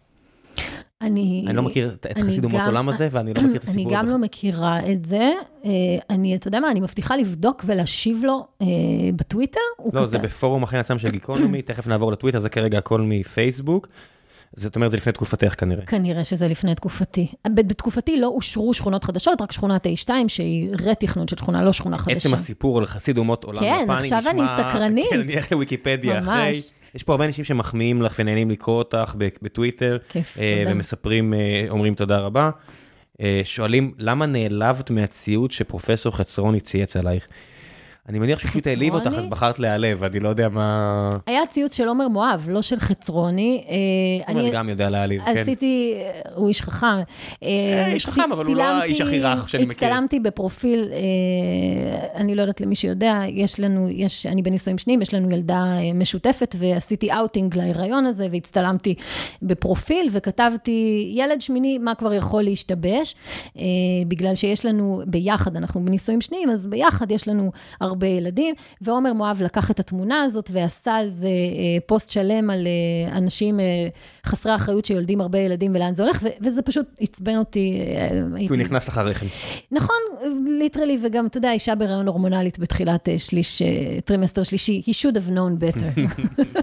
אני לא מכיר את חסיד אומות העולם הזה, ואני לא מכיר את הסיפור. אני גם לא מכירה את זה. אתה יודע מה, אני מבטיחה לבדוק ולהשיב לו בטוויטר. לא, זה בפורום אחרי עצמם של גיקונומי, תכף נעבור לטוויטר, זה כרגע הכל מפייסבוק. זאת אומרת, זה לפני תקופתך כנראה. כנראה שזה לפני תקופתי. בתקופתי לא אושרו שכונות חדשות, רק שכונת A2, שהיא רתכנון של שכונה, לא שכונה חדשה. עצם הסיפור על חסיד אומות עולם יפני, כן, עכשיו אני סקרנית. כן, אני אלך לוויקיפדיה אחרי. יש פה הרבה אנשים שמחמיאים לך ונהנים לקרוא אותך בטוויטר, ומספרים, אומרים תודה רבה. שואלים, למה נעלבת מהציוד שפרופסור חצרוני צייץ עלייך? אני מניח שפשוט העליב אותך, אז בחרת להיעלב, אני לא יודע מה... היה ציוץ של עומר מואב, לא של חצרוני. עומר גם יודע להעליב, כן. עשיתי, הוא איש חכם. איש חכם, אבל הוא לא האיש הכי רך שאני מכיר. הצטלמתי בפרופיל, אני לא יודעת למי שיודע, אני בנישואים שניים, יש לנו ילדה משותפת, ועשיתי אאוטינג להיריון הזה, והצטלמתי בפרופיל, וכתבתי, ילד שמיני, מה כבר יכול להשתבש? בגלל שיש לנו ביחד, אנחנו בנישואים שניים, אז ביחד יש לנו הרבה ילדים, ועומר מואב לקח את התמונה הזאת, ועשה על זה פוסט שלם על אנשים חסרי אחריות שיולדים הרבה ילדים, ולאן זה הולך, וזה פשוט עצבן אותי. הוא נכנס לך לרחם. נכון, ליטרלי, וגם, אתה יודע, אישה בהיריון הורמונלית בתחילת טרימסטר שלישי, he should have known better.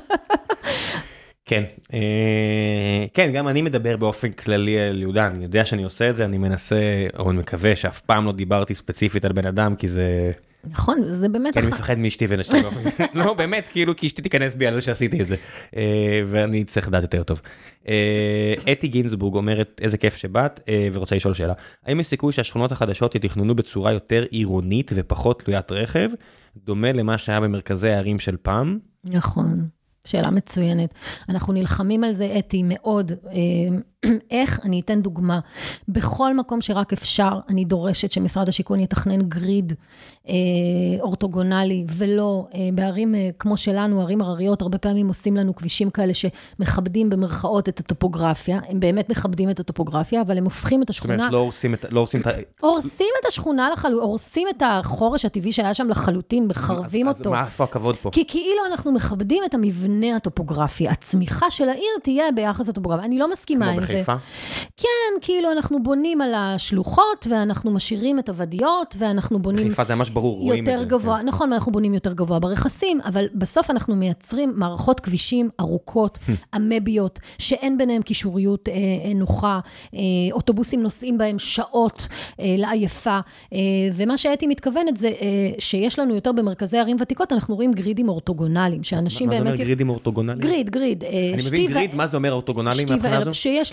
כן, כן, גם אני מדבר באופן כללי על יהודה, אני יודע שאני עושה את זה, אני מנסה, או אני מקווה שאף פעם לא דיברתי ספציפית על בן אדם, כי זה... נכון, זה באמת... כי אני מפחד מאשתי ונשתי באופן... לא, באמת, כאילו, כי אשתי תיכנס בי על זה שעשיתי את זה, ואני צריך לדעת יותר טוב. אתי גינזבורג אומרת, איזה כיף שבאת, ורוצה לשאול שאלה. האם יש סיכוי שהשכונות החדשות יתכננו בצורה יותר עירונית ופחות תלוית רכב, דומה למה שהיה במרכזי הערים של פעם? נכון. שאלה מצוינת. אנחנו נלחמים על זה, אתי, מאוד. איך? אני אתן דוגמה. בכל מקום שרק אפשר, אני דורשת שמשרד השיכון יתכנן גריד אורתוגונלי, ולא בערים כמו שלנו, ערים הרריות, הרבה פעמים עושים לנו כבישים כאלה שמכבדים במרכאות את הטופוגרפיה, הם באמת מכבדים את הטופוגרפיה, אבל הם הופכים את השכונה... זאת אומרת, לא הורסים את השכונה, הורסים את החורש הטבעי שהיה שם לחלוטין, מחרבים אותו. אז מה, איפה הכבוד פה? כי כאילו אנחנו מכבדים את המבנה הטופוגרפי, הצמיחה של העיר תהיה ביחס לטופוגרפיה. אני לא מסכימה עם זה. בחיפה? כן, כאילו אנחנו בונים על השלוחות, ואנחנו משאירים את הוודיות, ואנחנו בונים... בחיפה זה ממש ברור, רואים את זה. יותר גבוה, נכון, אנחנו בונים יותר גבוה ברכסים, אבל בסוף אנחנו מייצרים מערכות כבישים ארוכות, אמביות, שאין ביניהם קישוריות נוחה, אוטובוסים נוסעים בהם שעות לעייפה, ומה שהייתי מתכוונת זה שיש לנו יותר במרכזי ערים ותיקות, אנחנו רואים גרידים אורתוגונליים, שאנשים באמת... מה זה אומר גרידים אורתוגונליים? גריד. אני מבין גריד, מה זה אומר אורתוגונליים? שיש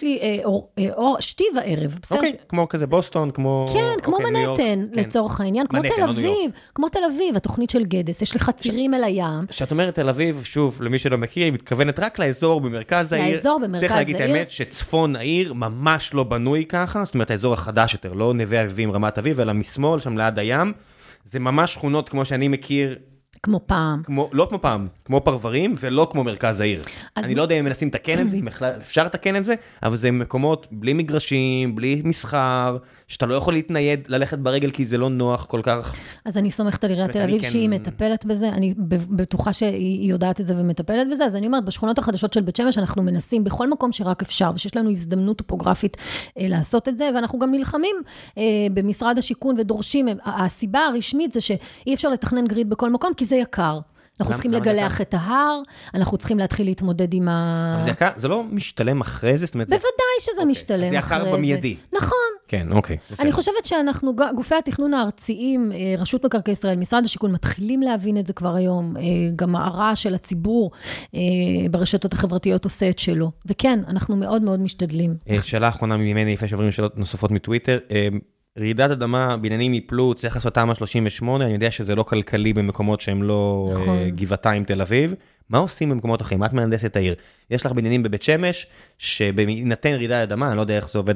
לי שתי בערב. אוקיי, כמו כזה בוסטון, כמו... כן, כמו מנהטן, לצורך העניין, כמו תל אביב, כמו תל אביב, התוכנית של גדס, יש לך צירים אל הים. כשאת אומרת תל אביב, שוב, למי שלא מכיר, היא מתכוונת רק לאזור במרכז העיר. לאזור במרכז העיר. צריך להגיד את האמת שצפון העיר ממש לא בנוי ככה, זאת אומרת, האזור החדש יותר, לא נווה אביבים, רמת אביב, אלא משמאל, שם ליד הים. זה ממש שכונות כמו שאני מכיר. כמו פעם. לא כמו פעם, כמו פרברים, ולא כמו מרכז העיר. אני לא יודע אם מנסים לתקן את זה, אם אפשר לתקן את זה, אבל זה מקומות בלי מגרשים, בלי מסחר, שאתה לא יכול להתנייד, ללכת ברגל, כי זה לא נוח כל כך. אז אני סומכת על עיריית תל אביב שהיא מטפלת בזה, אני בטוחה שהיא יודעת את זה ומטפלת בזה, אז אני אומרת, בשכונות החדשות של בית שמש, אנחנו מנסים בכל מקום שרק אפשר, ושיש לנו הזדמנות טופוגרפית לעשות את זה, ואנחנו גם נלחמים במשרד השיכון ודורשים, הסיבה הרשמית זה שאי אפשר לתכנן גריד בכל מקום, כי זה יקר. אנחנו צריכים לגלח את ההר, אנחנו צריכים להתחיל להתמודד עם אבל זה יקר, זה לא משתלם אחרי זה? בוודאי שזה משתלם אחרי זה. זה יקר במיידי. נכון. כן, אוקיי. אני חושבת שאנחנו, גופי התכנון הארציים, רשות מקרקעי ישראל, משרד השיכון, מתחילים להבין את זה כבר היום, גם הרע של הציבור ברשתות החברתיות עושה את שלו. וכן, אנחנו מאוד מאוד משתדלים. שאלה האחרונה ממני, לפני שעוברים שאלות נוספות מטוויטר, רעידת אדמה, בניינים יפלו, צריך לעשות תמ"א 38, אני יודע שזה לא כלכלי במקומות שהם לא גבעתיים תל אביב. מה עושים במקומות אחרים? את מהנדסת העיר. יש לך בניינים בבית שמש, שבנתן רעידת אדמה, אני לא יודע איך זה עובד,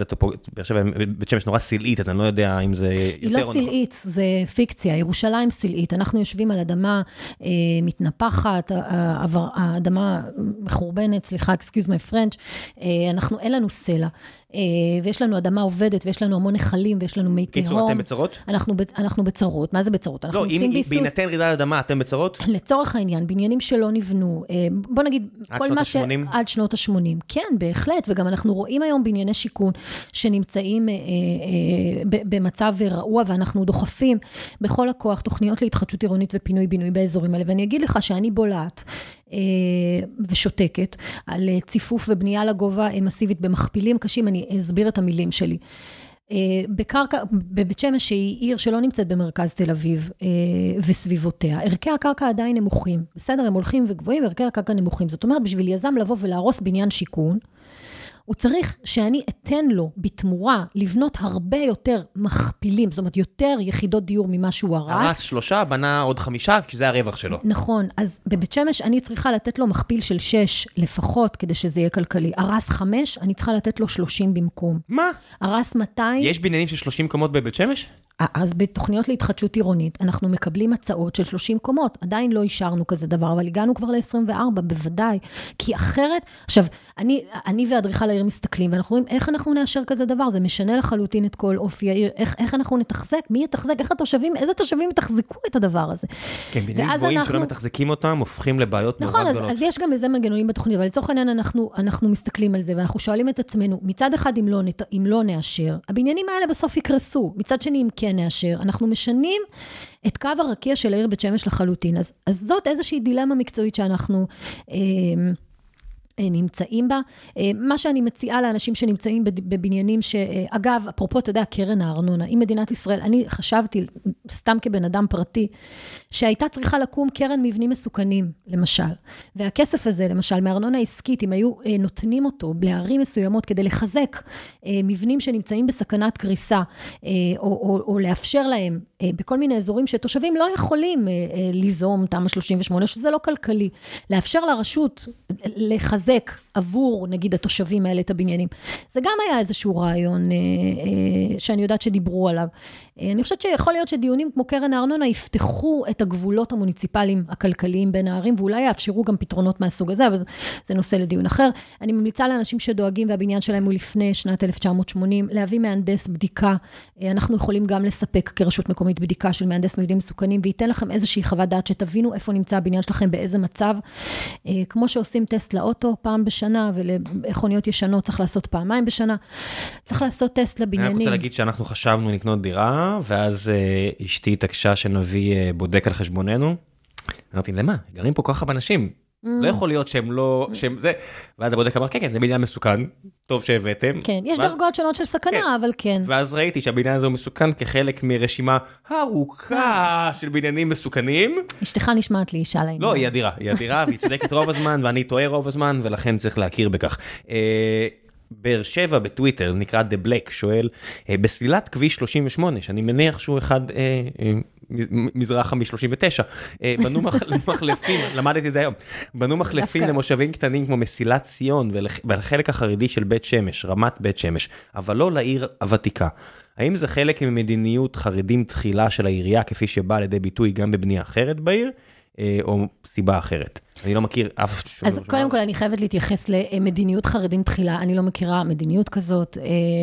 בית שמש נורא סילאית, אז אני לא יודע אם זה יותר או נכון. היא לא סילאית, זה פיקציה, ירושלים סילאית. אנחנו יושבים על אדמה מתנפחת, האדמה מחורבנת, סליחה, excuse my French, אין לנו סלע. ויש לנו אדמה עובדת, ויש לנו המון נחלים, ויש לנו מי תהום. קיצור, אתם בצרות? אנחנו בצרות. מה זה בצרות? לא, אם בהינתן רעידת אדמה, אתם בצרות? לצורך העניין, בניינים שלא נבנו, בוא נגיד, כל מה עד שנות ה-80. כן, בהחלט, וגם אנחנו רואים היום בנייני שיכון, שנמצאים במצב רעוע, ואנחנו דוחפים בכל הכוח תוכניות להתחדשות עירונית ופינוי-בינוי באזורים האלה, ואני אגיד לך שאני בולעת, ושותקת על ציפוף ובנייה לגובה מסיבית במכפילים קשים, אני אסביר את המילים שלי. בבית שמש שהיא עיר שלא נמצאת במרכז תל אביב וסביבותיה, ערכי הקרקע עדיין נמוכים, בסדר, הם הולכים וגבוהים, וערכי הקרקע נמוכים, זאת אומרת, בשביל יזם לבוא ולהרוס בניין שיכון, הוא צריך שאני אתן לו בתמורה לבנות הרבה יותר מכפילים, זאת אומרת, יותר יחידות דיור ממה שהוא הרס. הרס 3, בנה עוד 5, שזה הרווח שלו. נכון, אז בבית שמש אני צריכה לתת לו מכפיל של 6 לפחות, כדי שזה יהיה כלכלי. הרס 5, אני צריכה לתת לו 30 במקום. מה? הרס 200... יש בניינים של 30 קומות בבית שמש? אז בתוכניות להתחדשות עירונית, אנחנו מקבלים הצעות של 30 קומות, עדיין לא אישרנו כזה דבר, אבל הגענו כבר ל-24, בוודאי, כי אחרת, עכשיו, אני והאדריכל העיר מסתכלים, ואנחנו רואים איך אנחנו נאשר כזה דבר, זה משנה לחלוטין את כל אופי העיר, איך אנחנו נתחזק, מי יתחזק, איך התושבים, איזה תושבים יתחזקו את הדבר הזה. כן, בניינים גבוהים שלא מתחזקים אותם, הופכים לבעיות נורא גדולות. נכון, אז יש גם איזה מנגנונים בתוכנית, אבל לצורך העניין אנחנו מסתכלים על זה, ואנחנו שואלים את עצמנו, מצד אחד אם לא נאשר, הבניינים האלה בסוף יקרסו, מצד שני אם כן נאשר, אנחנו משנים את קו הרקיע של העיר בית שמש לחלוטין, אז זאת איזושהי דילמה מקצועית שאנחנו נמצאים בה. מה שאני מציעה לאנשים שנמצאים בבניינים שאגב, אפרופו, אתה יודע, קרן הארנונה, עם מדינת ישראל, אני חשבתי, סתם כבן אדם פרטי, שהייתה צריכה לקום קרן מבנים מסוכנים, למשל. והכסף הזה, למשל, מארנונה עסקית, אם היו נותנים אותו לערים מסוימות כדי לחזק מבנים שנמצאים בסכנת קריסה, או לאפשר להם בכל מיני אזורים שתושבים לא יכולים ליזום תמ"א 38, שזה לא כלכלי. לאפשר לרשות לחזק עבור, נגיד, התושבים האלה את הבניינים. זה גם היה איזשהו רעיון שאני יודעת שדיברו עליו. אני חושבת שיכול להיות שדיונים כמו קרן הארנונה יפתחו את הגבולות המוניציפליים הכלכליים בין הערים, ואולי יאפשרו גם פתרונות מהסוג הזה, אבל זה נושא לדיון אחר. אני ממליצה לאנשים שדואגים והבניין שלהם הוא לפני שנת 1980, להביא מהנדס בדיקה. אנחנו יכולים גם לספק כרשות מקומית בדיקה של מהנדס מבנים מסוכנים, וייתן לכם איזושהי חוות דעת שתבינו איפה נמצא הבניין שלכם, באיזה מצב. כמו שעושים טסט לאוטו פעם בשנה, ולאכוניות ישנות צריך לעשות פעמיים בשנה. צריך לעשות טסט לבניינים. אני רוצה להגיד שאנחנו חשבנו לקנות דירה, ואז אשתי התעקשה שנביא בודק על חשבוננו. אמרתי, למה? גרים פה כל כך הרבה אנשים. לא יכול להיות שהם לא, שהם זה. ואז הבודק אמר, כן, זה בניין מסוכן, טוב שהבאתם. כן, יש דרגות שונות של סכנה, אבל כן. ואז ראיתי שהבניין הזה הוא מסוכן כחלק מרשימה ארוכה של בניינים מסוכנים. אשתך נשמעת לי אישה לעניין. לא, היא אדירה, והיא צודקת רוב הזמן, ואני טועה רוב הזמן, ולכן צריך להכיר בכך. באר שבע בטוויטר, נקרא The Black, שואל, בסלילת כביש 38, שאני מניח שהוא אחד מזרחה מ-39, בנו מחלפים, למדתי את זה היום, בנו מחלפים למושבים קטנים כמו מסילת ציון, ולחלק החרדי של בית שמש, רמת בית שמש, אבל לא לעיר הוותיקה. האם זה חלק ממדיניות חרדים תחילה של העירייה, כפי שבאה לידי ביטוי גם בבנייה אחרת בעיר, או סיבה אחרת? אני לא מכיר אף... אז קודם כל אני חייבת להתייחס למדיניות חרדים תחילה, אני לא מכירה מדיניות כזאת,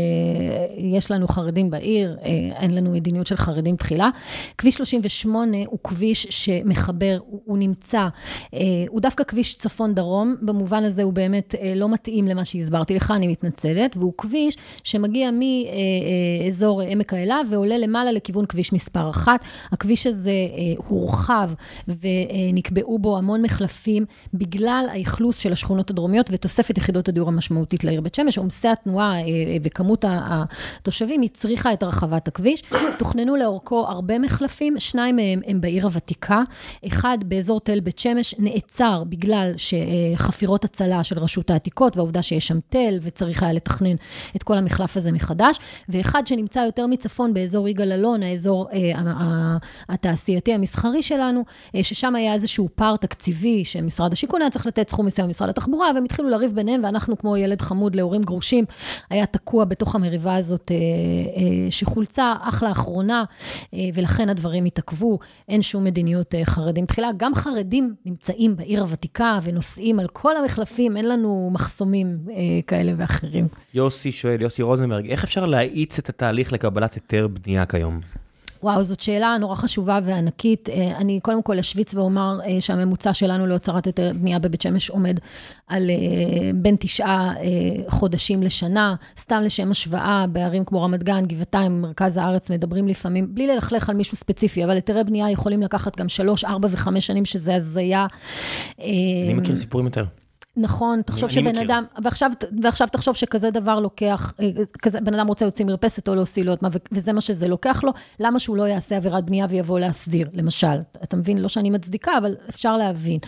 יש לנו חרדים בעיר, אין לנו מדיניות של חרדים תחילה. כביש 38 הוא כביש שמחבר, הוא נמצא, הוא דווקא כביש צפון דרום, במובן הזה הוא באמת לא מתאים למה שהסברתי לך, אני מתנצלת, והוא כביש שמגיע מאזור עמק האלה, ועולה למעלה לכיוון כביש מספר 1. הכביש הזה הורחב ונקבעו בו המון מחלפים, בגלל האכלוס של השכונות הדרומיות ותוספת יחידות הדיור המשמעותית לעיר בית שמש, עומסי התנועה וכמות התושבים הצריכה את הרחבת הכביש. תוכננו לאורכו הרבה מחלפים, 2 מהם הם בעיר הוותיקה, אחד באזור תל בית שמש נעצר בגלל שחפירות הצלה של רשות העתיקות, והעובדה שיש שם תל וצריך היה לתכנן את כל המחלף הזה מחדש, ואחד שנמצא יותר מצפון באזור יגאל אלון, האזור התעשייתי המסחרי שלנו, ששם היה איזשהו פער תקציבי שמשרד השיכון היה צריך לתת סכום מסוים במשרד התחבורה, והם התחילו לריב ביניהם, ואנחנו כמו ילד חמוד להורים גרושים, היה תקוע בתוך המריבה הזאת שחולצה אך לאחרונה, ולכן הדברים התעכבו, אין שום מדיניות חרדים תחילה, גם חרדים נמצאים בעיר הוותיקה, ונוסעים על כל המחלפים, אין לנו מחסומים כאלה ואחרים. יוסי שואל, יוסי רוזנברג, איך אפשר להאיץ את התהליך לקבלת היתר בנייה כיום? וואו, זאת שאלה נורא חשובה וענקית. אני קודם כל אשוויץ ואומר שהממוצע שלנו להוצאת היתר בנייה בבית שמש עומד על בין 9 חודשים לשנה. סתם לשם השוואה, בערים כמו רמת גן, גבעתיים, מרכז הארץ, מדברים לפעמים, בלי ללכלך על מישהו ספציפי, אבל היתרי בנייה יכולים לקחת גם 3, 4 ו5 שנים, שזה הזיה. אני מכיר סיפורים יותר. נכון, תחשוב שבן אדם, ועכשיו תחשוב שכזה דבר לוקח, בן אדם רוצה להוציא מרפסת או להוציא לו, וזה מה שזה לוקח לו, למה שהוא לא יעשה עבירת בנייה ויבוא להסדיר, למשל. אתה מבין, לא שאני מצדיקה, אבל אפשר להבין.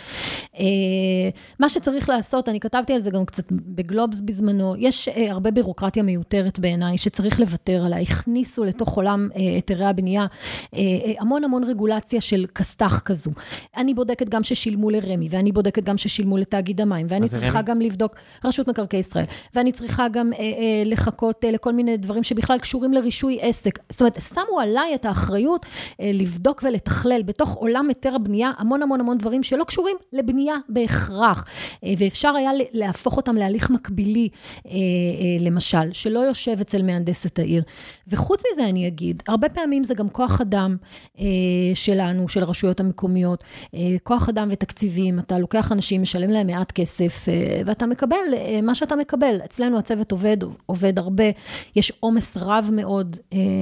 מה שצריך לעשות, אני כתבתי על זה גם קצת בגלובס בזמנו, יש הרבה בירוקרטיה מיותרת בעיניי, שצריך לוותר עליה, הכניסו לתוך עולם היתרי הבנייה, המון רגולציה של כסתח כזו. אני בודקת גם ששילמו לרמי, ואני בודקת גם ששילמו לתאגיד המים, ואני צריכה גם לבדוק רשות מקרקעי ישראל, ואני צריכה גם לחכות לכל מיני דברים שבכלל קשורים לרישוי עסק. זאת אומרת, שמו עליי את האחריות לבדוק ולתכלל בתוך עולם היתר הבנייה המון דברים שלא קשורים לבנייה בהכרח, ואפשר היה להפוך אותם להליך מקבילי, למשל, שלא יושב אצל מהנדסת העיר. וחוץ מזה אני אגיד, הרבה פעמים זה גם כוח אדם שלנו, של הרשויות המקומיות, כוח אדם ותקציבים, אתה לוקח אנשים, משלם להם מעט כסף, ואתה מקבל מה שאתה מקבל. אצלנו הצוות עובד הרבה, יש עומס רב מאוד,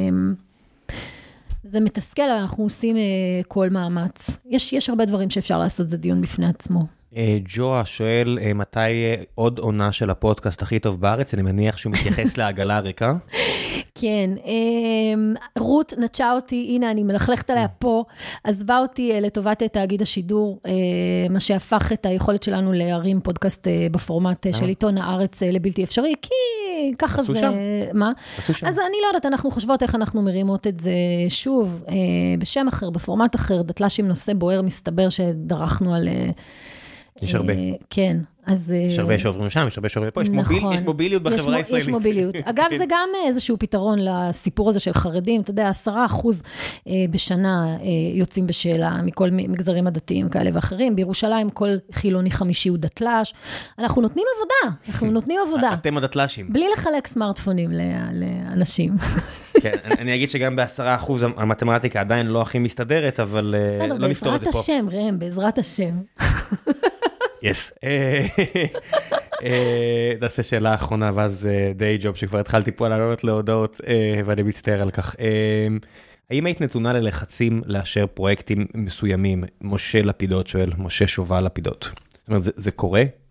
זה מתסכל, אנחנו עושים כל מאמץ. יש הרבה דברים שאפשר לעשות, זה דיון בפני עצמו. ג'ואה שואל, מתי עוד עונה של הפודקאסט הכי טוב בארץ? אני מניח שהוא מתייחס לעגלה הריקה. כן, רות נטשה אותי, הנה אני מלכלכת עליה פה, עזבה אותי לטובת תאגיד השידור, מה שהפך את היכולת שלנו להרים פודקאסט בפורמט של עיתון הארץ לבלתי אפשרי, כי ככה זה... מה? אז אני לא יודעת, אנחנו חושבות איך אנחנו מרימות את זה שוב, בשם אחר, בפורמט אחר, דתל"שים נושא בוער מסתבר שדרכנו על... יש הרבה. כן. יש הרבה שעוברים שם, יש הרבה שעוברים פה, יש מוביליות בחברה הישראלית. יש מוביליות. אגב, זה גם איזשהו פתרון לסיפור הזה של חרדים, אתה יודע, 10% בשנה יוצאים בשאלה מכל מגזרים הדתיים כאלה ואחרים. בירושלים כל חילוני 5 הוא דתל"ש. אנחנו נותנים עבודה. אתם הדתל"שים. בלי לחלק סמארטפונים לאנשים. כן, אני אגיד שגם ב10% המתמטיקה עדיין לא הכי מסתדרת, אבל לא נפתור את זה פה. בעזרת השם, ראם, בעזרת השם. יס. נעשה שאלה האחרונה, ואז די ג'וב, שכבר התחלתי פה לעלות להודעות, ואני מצטער על כך. האם היית נתונה ללחצים לאשר פרויקטים מסוימים? משה לפידות שואל, משה שובל לפידות. זאת אומרת, זה קורה?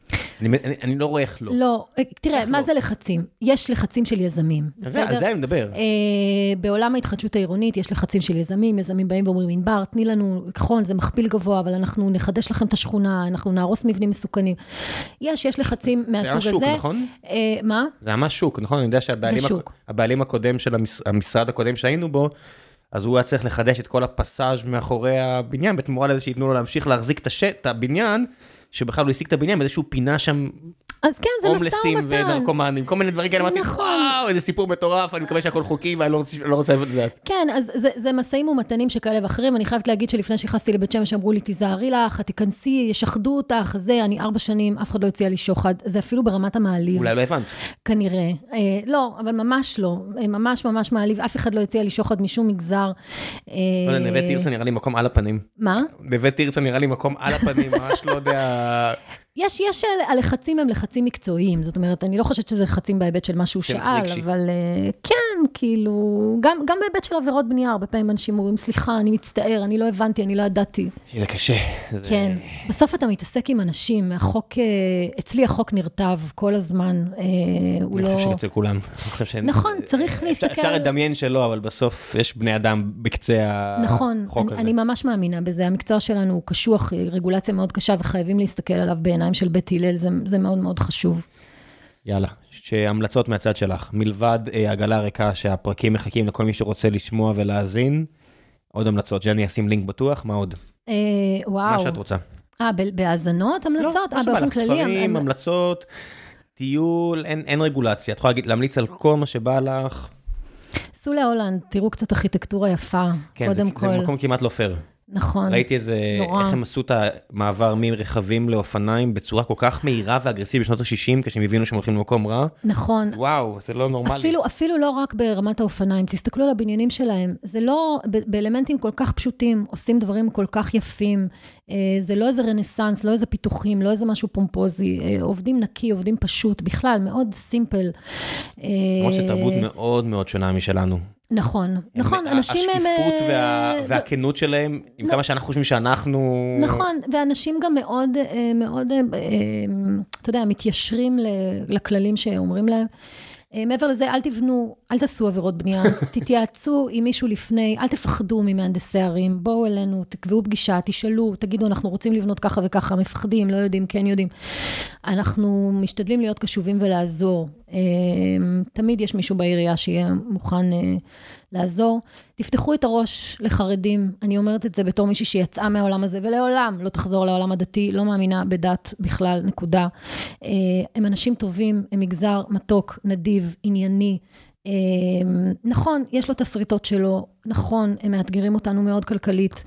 אני לא רואה איך לא. לא, תראה, מה זה לחצים? יש לחצים של יזמים. על זה אני מדבר. בעולם ההתחדשות העירונית יש לחצים של יזמים, יזמים באים ואומרים, ענבר, תני לנו, נכון, זה מכפיל גבוה, אבל אנחנו נחדש לכם את השכונה, אנחנו נהרוס מבנים מסוכנים. יש לחצים מהסוג הזה. זה היה שוק, נכון? מה? זה היה ממש שוק, נכון? אני יודע שהבעלים הקודם של המשרד הקודם שהיינו בו, אז הוא היה צריך לחדש את כל הפסאז' מאחורי הבניין, בתמורה לזה שייתנו לו להמשיך להחזיק את הבניין, שבכלל הוא השיג את הבניין באיזשהו פינה שם, אז כן, זה משא הומלסים ומתן. ונרקומנים, כל מיני דברים כאלה, אמרתי, וואו, איזה סיפור מטורף, אני מקווה שהכל חוקי, ואני לא רוצה לבד את זה. כן, אז זה מסעים ומתנים שכאלה ואחרים, אני חייבת להגיד שלפני שהכנסתי לבית שמש, אמרו לי, תיזהרי לך, תיכנסי, ישחדו אותך, אני 4 שנים, אף אחד לא הציע לי שוחד, זה אפילו ברמת המעליב. אולי לא הבנת. כנראה. לא, אבל ממש לא, ממש מעליב, אף אחד לא הציע לי שוחד משום מגזר. נווה תרצה נראה לי מקום על הפנים. מה? נווה תרצה נראה לי מקום על הפנים, ממש לא יודע... יש הלחצים הם לחצים מקצועיים, זאת אומרת, אני לא חושבת שזה לחצים בהיבט של מה שהוא שאל, אבל כן, כאילו, גם בהיבט של עבירות בנייה, הרבה פעמים אנשים אומרים, סליחה, אני מצטער, אני לא הבנתי, אני לא ידעתי. זה קשה. כן, בסוף אתה מתעסק עם אנשים, אצלי החוק נרטב כל הזמן, הוא לא... אני חושב שאצל כולם. נכון, צריך להסתכל... אפשר לדמיין שלא, אבל בסוף יש בני אדם בקצה החוק הזה. נכון, אני ממש מאמינה בזה, המקצוע שלנו הוא קשוח, רגולציה מאוד קשה, וחייבים להסתכל עליו בעיניים של בית הלל, זה מאוד מאוד חשוב. יאללה, שהמלצות מהצד שלך, מלבד עגלה ריקה שהפרקים מחכים לכל מי שרוצה לשמוע ולהאזין, עוד המלצות, שאני אשים לינק בטוח, מה עוד? וואו. מה שאת רוצה. בהאזנות, המלצות? לא, באופן כללי. ספרים, המלצות, טיול, אין רגולציה. את יכולה להמליץ על כל מה שבא לך. סעו להולנד, תראו קצת ארכיטקטורה יפה, קודם כל. זה מקום כמעט לא פייר. נכון. ראיתי איך הם עשו את המעבר מרכבים לאופניים בצורה כל כך מהירה ואגרסיבית בשנות ה-60, כשהם הבינו שהם הולכים למקום רע. נכון. וואו, זה לא נורמלי. אפילו לא רק ברמת האופניים, תסתכלו על הבניינים שלהם, זה לא, באלמנטים כל כך פשוטים, עושים דברים כל כך יפים, זה לא איזה רנסנס, לא איזה פיתוחים, לא איזה משהו פומפוזי, עובדים נקי, עובדים פשוט, בכלל, מאוד סימפל. למרות שתרבות מאוד מאוד שונה משלנו. נכון, אנשים הם... השקיפות והכנות שלהם, עם כמה שאנחנו חושבים שאנחנו... נכון, ואנשים גם מאוד, אתה יודע, מתיישרים לכללים שאומרים להם. מעבר לזה, אל תבנו, אל תעשו עבירות בנייה, תתייעצו עם מישהו לפני, אל תפחדו ממהנדסי ערים, בואו אלינו, תקבעו פגישה, תשאלו, תגידו, אנחנו רוצים לבנות ככה וככה, מפחדים, לא יודעים, כן יודעים. אנחנו משתדלים להיות קשובים ולעזור. תמיד יש מישהו בעירייה שיהיה מוכן לעזור. תפתחו את הראש לחרדים, אני אומרת את זה בתור מישהי שיצאה מהעולם הזה, ולעולם לא תחזור לעולם הדתי, לא מאמינה בדת בכלל, נקודה. הם אנשים טובים, הם מגזר מתוק, נדיב, ענייני. נכון, יש לו את הסריטות שלו, נכון, הם מאתגרים אותנו מאוד כלכלית.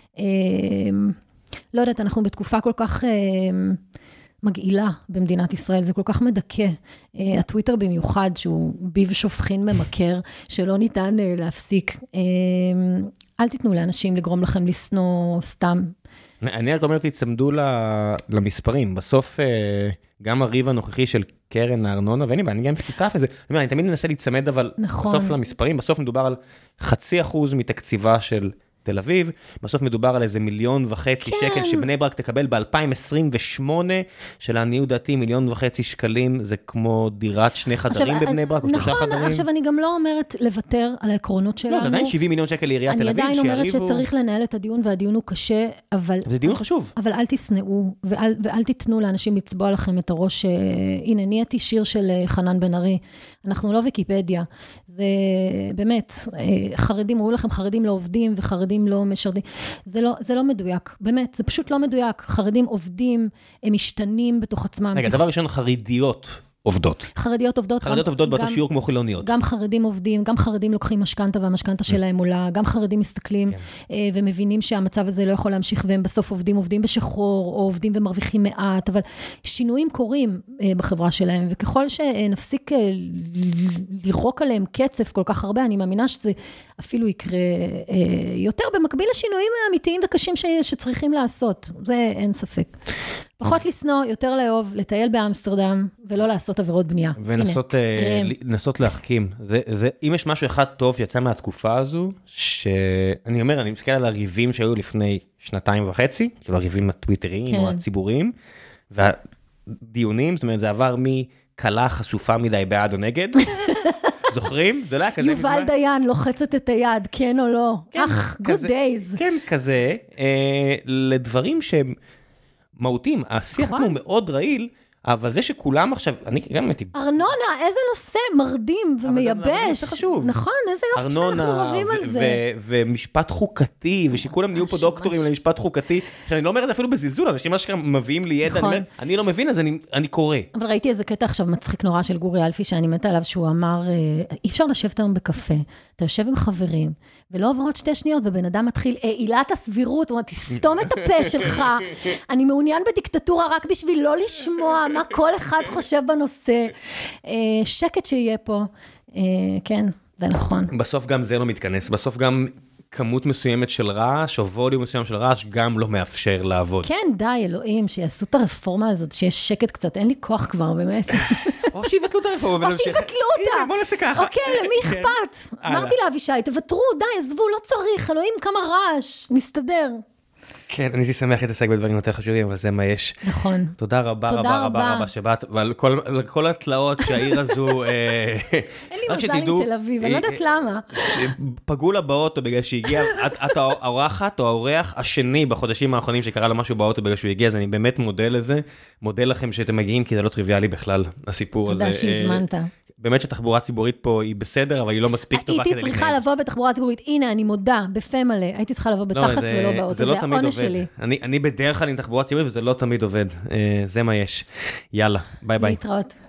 לא יודעת, אנחנו בתקופה כל כך... מגעילה במדינת ישראל, זה כל כך מדכא. הטוויטר במיוחד, שהוא ביב שופכין ממכר, שלא ניתן להפסיק. אל תיתנו לאנשים לגרום לכם לסנוע סתם. אני רק אומרת, תצמדו למספרים. בסוף, גם הריב הנוכחי של קרן הארנונה, ואני גם שותף לזה. אני תמיד מנסה להצמד, אבל בסוף למספרים, בסוף מדובר על 0.5% מתקציבה של... תל אביב, בסוף מדובר על איזה 1.5 מיליון שקל שבני ברק תקבל ב-2028, של העניות דעתי 1.5 מיליון שקלים, זה כמו דירת 2 חדרים בבני ברק, או 3 חדרים. נכון, עכשיו אני גם לא אומרת לוותר על העקרונות שלנו. לא, זה עדיין 70 מיליון שקל לעיריית תל אביב, אני עדיין אומרת שצריך לנהל את הדיון, והדיון הוא קשה, אבל... זה דיון חשוב. אבל אל תסנאו, ואל תיתנו לאנשים לצבוע לכם את הראש, הנה, נהייתי שיר של חנן בן ארי, אנחנו לא ויקיפדיה, זה באמת, חרדים, אמרו לכם, חרדים לא עובדים, וחרדים לא משרדים, זה לא מדויק, באמת, זה פשוט לא מדויק, חרדים עובדים, הם משתנים בתוך עצמם. רגע, דבר ראשון, חרדיות עובדות. חרדיות עובדות. חרדיות עובדות באותו שיעור כמו חילוניות. גם חרדים עובדים, גם חרדים לוקחים משכנתה, והמשכנתה שלהם עולה, גם חרדים מסתכלים, ומבינים שהמצב הזה לא יכול להמשיך, והם בסוף עובדים בשחור, או עובדים ומרוויחים מעט, אבל שינויים קורים בחברה שלהם, וככל שנפסיק לירוק עליהם קצף כל כך הרבה, אני מאמינה שזה אפילו יקרה יותר, במקביל לשינויים האמיתיים וקשים שצריכים לעשות. זה אין ספק. פחות לסנוע, יותר לאהוב, לטייל באמסטרדם, ולא לעשות עבירות בנייה. ונסות להחכים. אם יש משהו אחד טוב יצא מהתקופה הזו, שאני אומר, אני מסתכל על הריבים שהיו לפני 2.5, כאילו הריבים הטוויטריים או הציבוריים, דיונים, זאת אומרת, זה עבר מקלה חשופה מדי בעד או נגד. זוכרים? זה לא היה כזה יובל דיין לוחצת את היד, כן או לא? good days. כן, כזה, לדברים שהם מהותיים. השיח עצמו מאוד רעיל, אבל זה שכולם עכשיו, אני גם הייתי... ארנונה, איזה נושא מרדים ומייבש. אבל זה נושא חשוב. נכון, איזה יופי שאנחנו רבים על זה. ומשפט חוקתי, ושכולם נהיו פה דוקטורים למשפט חוקתי, שאני לא אומר את זה אפילו בזלזול, אנשים אשכרה מביאים לי ידע, אני לא מבין, אז אני קורא. אבל ראיתי איזה קטע עכשיו מצחיק נורא של גורי אלפי, שאני מתה עליו, שהוא אמר, אי אפשר לשבת היום בקפה, אתה יושב עם חברים, ולא עוברות 2 שניות, ובן אדם מתחיל, עילת הסבירות, הוא אומר, תסתום את הפה שלך, אני מעוניין בדיקטטורה רק בשביל לא לשמוע מה כל אחד חושב בנושא. שקט שיהיה פה. כן, זה נכון. בסוף גם זה לא מתכנס, בסוף גם כמות מסוימת של רעש, או ווליום מסוים של רעש, גם לא מאפשר לעבוד. כן, די, אלוהים, שיעשו את הרפורמה הזאת, שיש שקט קצת, אין לי כוח כבר, באמת. או שיבטלו את הרפורמה. או שיבטלו אותה. הנה, בוא נעשה ככה. אוקיי, למי אכפת? אמרתי לאבישי, תוותרו, די, עזבו, לא צריך, אלוהים, כמה רעש, נסתדר. כן, אני הייתי שמח להתעסק בדברים יותר חשובים, אבל זה מה יש. נכון. תודה רבה רבה רבה רבה שבאת, ועל כל התלאות שהעיר הזו... אין לי מזל עם תל אביב, אני לא יודעת למה. פגעו לה באוטו בגלל שהגיע, את האורחת או האורח השני בחודשים האחרונים שקרה לה משהו באוטו בגלל שהוא הגיע, אז אני באמת מודה לזה, מודה לכם שאתם מגיעים, כי זה לא טריוויאלי בכלל, הסיפור הזה. תודה שהזמנת. באמת שהתחבורה ציבורית פה היא בסדר, אבל היא לא מספיק טובה כדי הייתי צריכה לבוא בתחבורה ציבורית, הנה, אני מודה, בפה מלא, הייתי צריכה לבוא בתחת ולא באוטו, זה העונש שלי. אני בדרך כלל עם תחבורה ציבורית, וזה לא תמיד עובד. זה מה יש. יאללה, ביי ביי. להתראות.